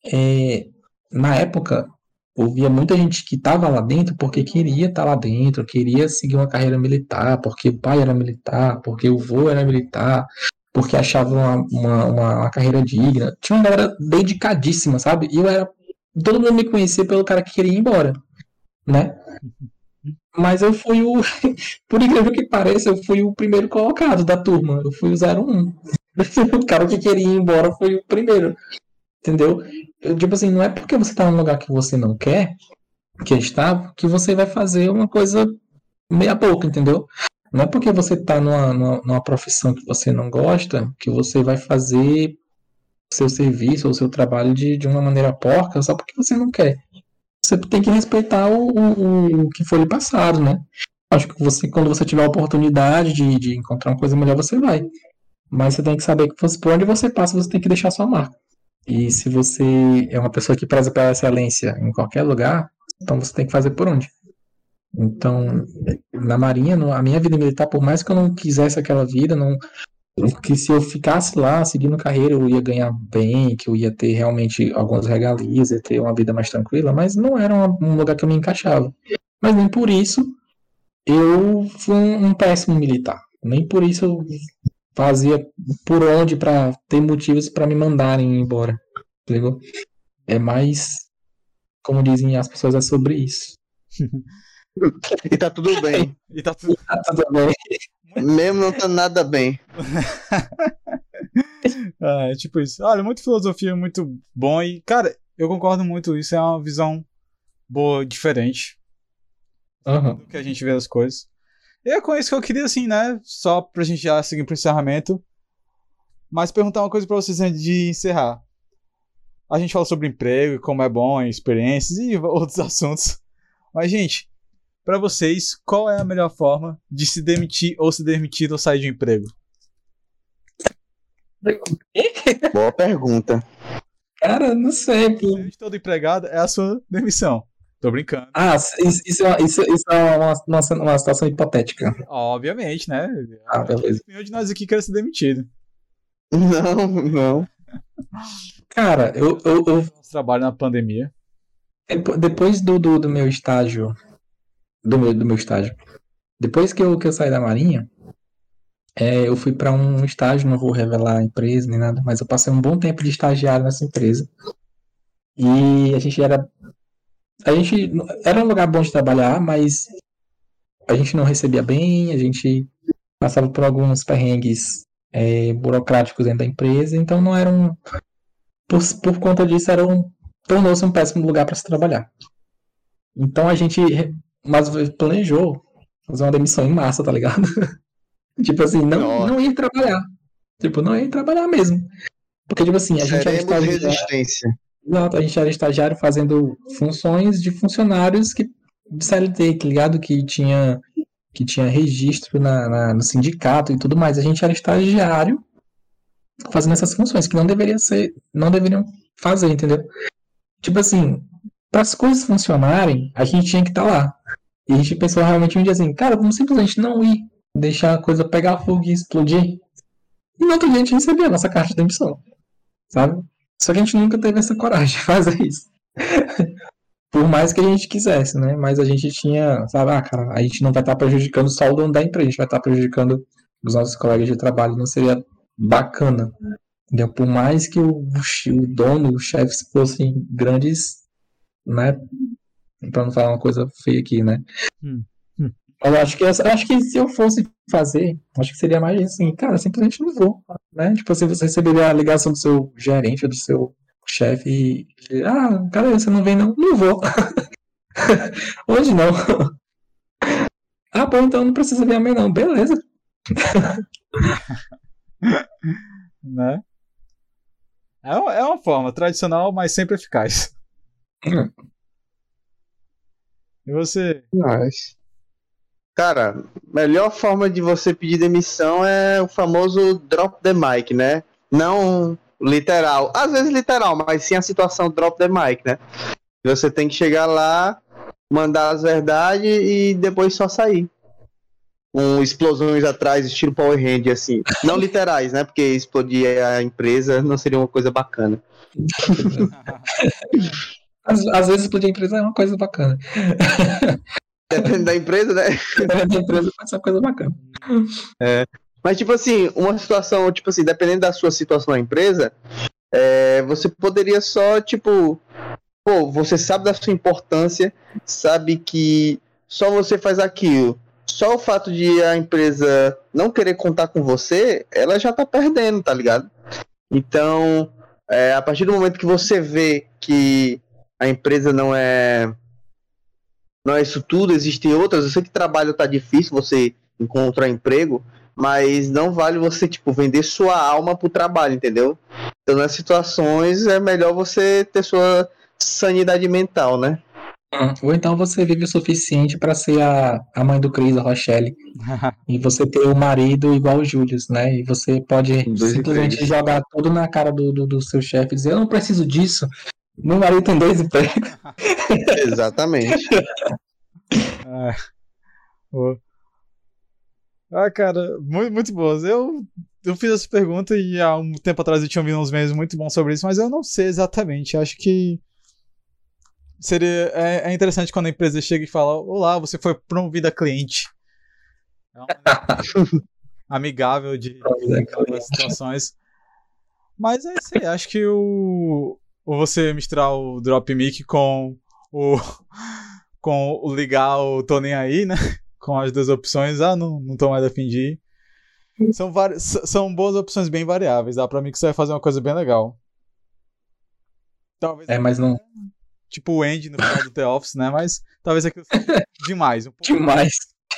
na época ouvia muita gente que estava lá dentro porque queria estar lá dentro, queria seguir uma carreira militar, porque o pai era militar, porque o vô era militar, porque achava uma carreira digna. Tinha uma galera dedicadíssima, sabe? E todo mundo me conhecia pelo cara que queria ir embora, né? Mas eu fui por incrível que pareça, eu fui o primeiro colocado da turma. Eu fui o 01. O cara que queria ir embora foi o primeiro. Entendeu? Tipo assim, não é porque você tá num lugar que você não quer que você vai fazer uma coisa meia boca, entendeu? Não é porque você tá numa profissão que você não gosta que você vai fazer seu serviço ou seu trabalho de uma maneira porca só porque você não quer. Você tem que respeitar o que foi lhe passado, né? Acho que quando você tiver a oportunidade de encontrar uma coisa melhor, você vai. Mas você tem que saber que por onde você passa, você tem que deixar sua marca. E se você é uma pessoa que preza pela excelência em qualquer lugar, então você tem que fazer por onde. Então, na Marinha, a minha vida militar, por mais que eu não quisesse aquela vida, que se eu ficasse lá seguindo carreira, eu ia ganhar bem, que eu ia ter realmente algumas regalias, ia ter uma vida mais tranquila, mas não era um lugar que eu me encaixava. Mas nem por isso eu fui um péssimo militar. Nem por isso eu fazia por onde para ter motivos para me mandarem embora. Entendeu? É mais, como dizem as pessoas, é sobre isso. E tá tudo bem. E tá tudo bem. Mesmo não tá nada bem. É, tipo isso. Olha, muito filosofia, muito bom. E, cara, eu concordo muito. Isso é uma visão boa, diferente do que a gente vê as coisas. E é com isso que eu queria, assim, né? Só pra gente já seguir pro encerramento. Mas perguntar uma coisa pra vocês antes de encerrar. A gente fala sobre emprego, como é bom, experiências e outros assuntos. Mas, gente, pra vocês, qual é a melhor forma de se demitir ou ser demitido ou sair de um emprego? Boa pergunta. Cara, não sei. Se de todo empregado é a sua demissão. Tô brincando. Ah, isso é uma situação hipotética. Obviamente, né? Ah, beleza. Nenhum de nós aqui quer ser demitido. Não. Cara, eu Nosso trabalho na pandemia. depois do meu estágio, do meu estágio, depois que eu saí da Marinha, eu fui para um estágio, não vou revelar a empresa nem nada, mas eu passei um bom tempo de estagiário nessa empresa. E a gente era um lugar bom de trabalhar, mas a gente não recebia bem, a gente passava por alguns perrengues burocráticos dentro da empresa, então não era por conta disso tornou-se um péssimo lugar para se trabalhar. Então a gente planejou fazer uma demissão em massa, tá ligado? Tipo assim, não ir trabalhar. Tipo, não ir trabalhar mesmo. Porque, tipo assim, a gente era estagiário. Resistência. Exato, a gente era estagiário fazendo funções de funcionários de CLT, tá ligado? Que tinha registro no sindicato e tudo mais. A gente era estagiário fazendo essas funções que não deveriam fazer, entendeu? Tipo assim, para as coisas funcionarem, a gente tinha que estar lá. E a gente pensou realmente um dia assim, cara, vamos simplesmente não ir, deixar a coisa pegar fogo e explodir. E no outro dia a gente recebia a nossa carta de demissão, sabe? Só que a gente nunca teve essa coragem de fazer isso. Por mais que a gente quisesse, né? Mas a gente tinha, sabe, cara, a gente não vai estar prejudicando só o dono da empresa, a gente vai estar prejudicando os nossos colegas de trabalho, não seria bacana. Entendeu? Por mais que o dono, os chefes fossem grandes, né? Pra não falar uma coisa feia aqui, né? Eu acho que se eu fosse fazer, acho que seria mais assim, cara, simplesmente não vou, né? Tipo assim, você receberia a ligação do seu gerente, do seu chefe e cara, você não vem não? Não vou. Hoje não. Bom, então não precisa vir amanhã não, beleza. Né? É uma forma tradicional, mas sempre eficaz. E você? Nice. Cara, melhor forma de você pedir demissão é o famoso drop the mic, né? Não literal. Às vezes literal, mas sim a situação drop the mic, né? Você tem que chegar lá, mandar as verdades e depois só sair. Com explosões atrás, estilo Power Hand, assim. Não literais, né? Porque explodir a empresa não seria uma coisa bacana. Às vezes explodir a empresa é uma coisa bacana. Depende da empresa, né? Depende da empresa pode ser uma coisa bacana. Mas, tipo assim, uma situação, tipo assim, dependendo da sua situação na empresa, você poderia só, tipo, você sabe da sua importância, sabe que só você faz aquilo. Só o fato de a empresa não querer contar com você, ela já tá perdendo, tá ligado? Então, a partir do momento que você vê que a empresa não é isso tudo, existem outras. Eu sei que trabalho tá difícil, você encontrar emprego, mas não vale você, tipo, vender sua alma pro trabalho, entendeu? Então, nas situações, é melhor você ter sua sanidade mental, né? Ou então você vive o suficiente pra ser a mãe do Chris, a Rochelle, e você ter o marido igual o Julius, né? E você pode simplesmente jogar tudo na cara do seu chefe e dizer, eu não preciso disso, meu marido tem 2 empregos. Exatamente. Cara, muito, muito boas. Eu fiz essa pergunta e há um tempo atrás eu tinha ouvido uns memes muito bons sobre isso, mas eu não sei exatamente. Acho que seria interessante quando a empresa chega e fala: olá, você foi promovida a cliente. É uma amigável de situações. Mas é isso aí. Acho que você misturar o Drop Mic com o ligar o Tô Nem Aí, né? Com as 2 opções. Não tô mais a fim de ir. São boas opções bem variáveis. Dá pra mim que você vai fazer uma coisa bem legal. Talvez mas não. Tipo o Andy no final do The Office, né? Mas talvez aquilo seja demais. Um pouco Demais.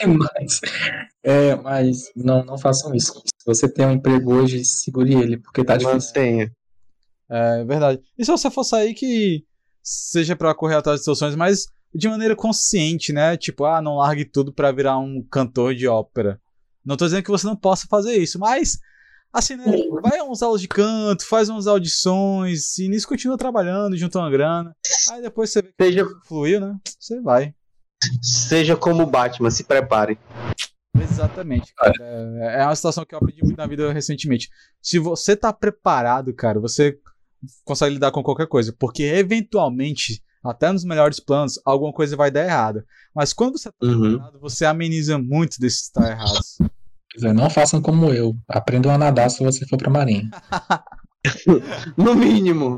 Mas não façam isso. Se você tem um emprego hoje, segure ele, porque tá difícil. Mantenha. É verdade. E se você for sair, que seja pra correr atrás dos seus sonhos, mas de maneira consciente, né? Tipo, não largue tudo pra virar um cantor de ópera. Não tô dizendo que você não possa fazer isso, mas assim, né? Vai a uns aulas de canto, faz umas audições, e nisso continua trabalhando, junta uma grana. Aí depois você vê que fluiu, né? Você vai. Seja como o Batman, se prepare. Exatamente, cara. É uma situação que eu aprendi muito na vida recentemente. Se você tá preparado, cara, você consegue lidar com qualquer coisa. Porque, eventualmente, até nos melhores planos, alguma coisa vai dar errado. Mas quando você tá preparado, você ameniza muito desses estar errados. Não façam como eu. Aprendam a nadar se você for pra marinha. No mínimo.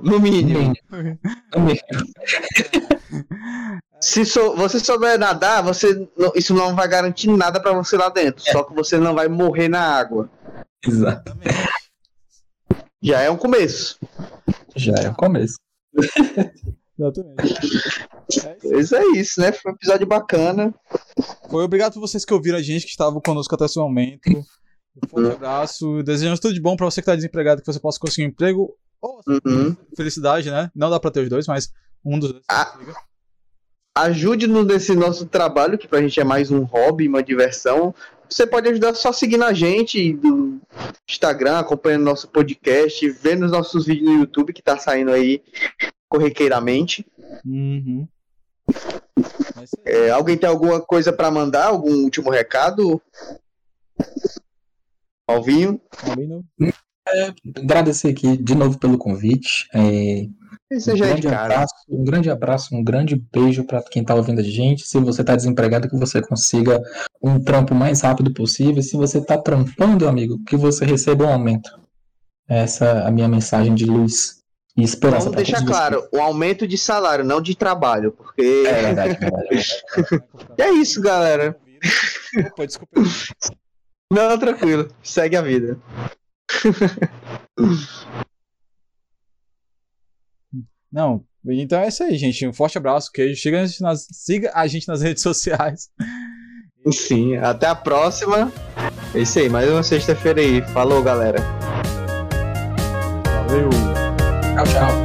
Se você souber nadar, isso não vai garantir nada pra você lá dentro. Só que você não vai morrer na água. Exatamente. Já é um começo. Exatamente. Pois é isso, né? Foi um episódio bacana. Foi obrigado por vocês que ouviram a gente, que estavam conosco até esse momento. Um forte abraço. Desejamos tudo de bom pra você que tá desempregado, que você possa conseguir um emprego. Ou felicidade, né? Não dá pra ter os dois, mas um dos dois. Ajude-nos nesse nosso trabalho, que pra gente é mais um hobby, uma diversão. Você pode ajudar só seguindo a gente do Instagram, acompanhando nosso podcast, vendo os nossos vídeos no YouTube, que tá saindo aí corriqueiramente. Alguém tem alguma coisa pra mandar? Algum último recado? Alvinho? Agradecer aqui de novo pelo convite. Um grande abraço, um grande beijo para quem tá ouvindo a gente. Se você tá desempregado, que você consiga um trampo o mais rápido possível. Se você tá trampando, amigo, que você receba um aumento. Essa é a minha mensagem de luz e esperança. Vamos deixar claro, um aumento de salário, não de trabalho, porque... É verdade. E é isso, galera. Opa, desculpa. Não, tranquilo. Segue a vida. Não, então é isso aí, gente. Um forte abraço, queijo. Siga a gente nas redes sociais. Sim, até a próxima. É isso aí, mais uma sexta-feira aí. Falou, galera. Valeu. Tchau.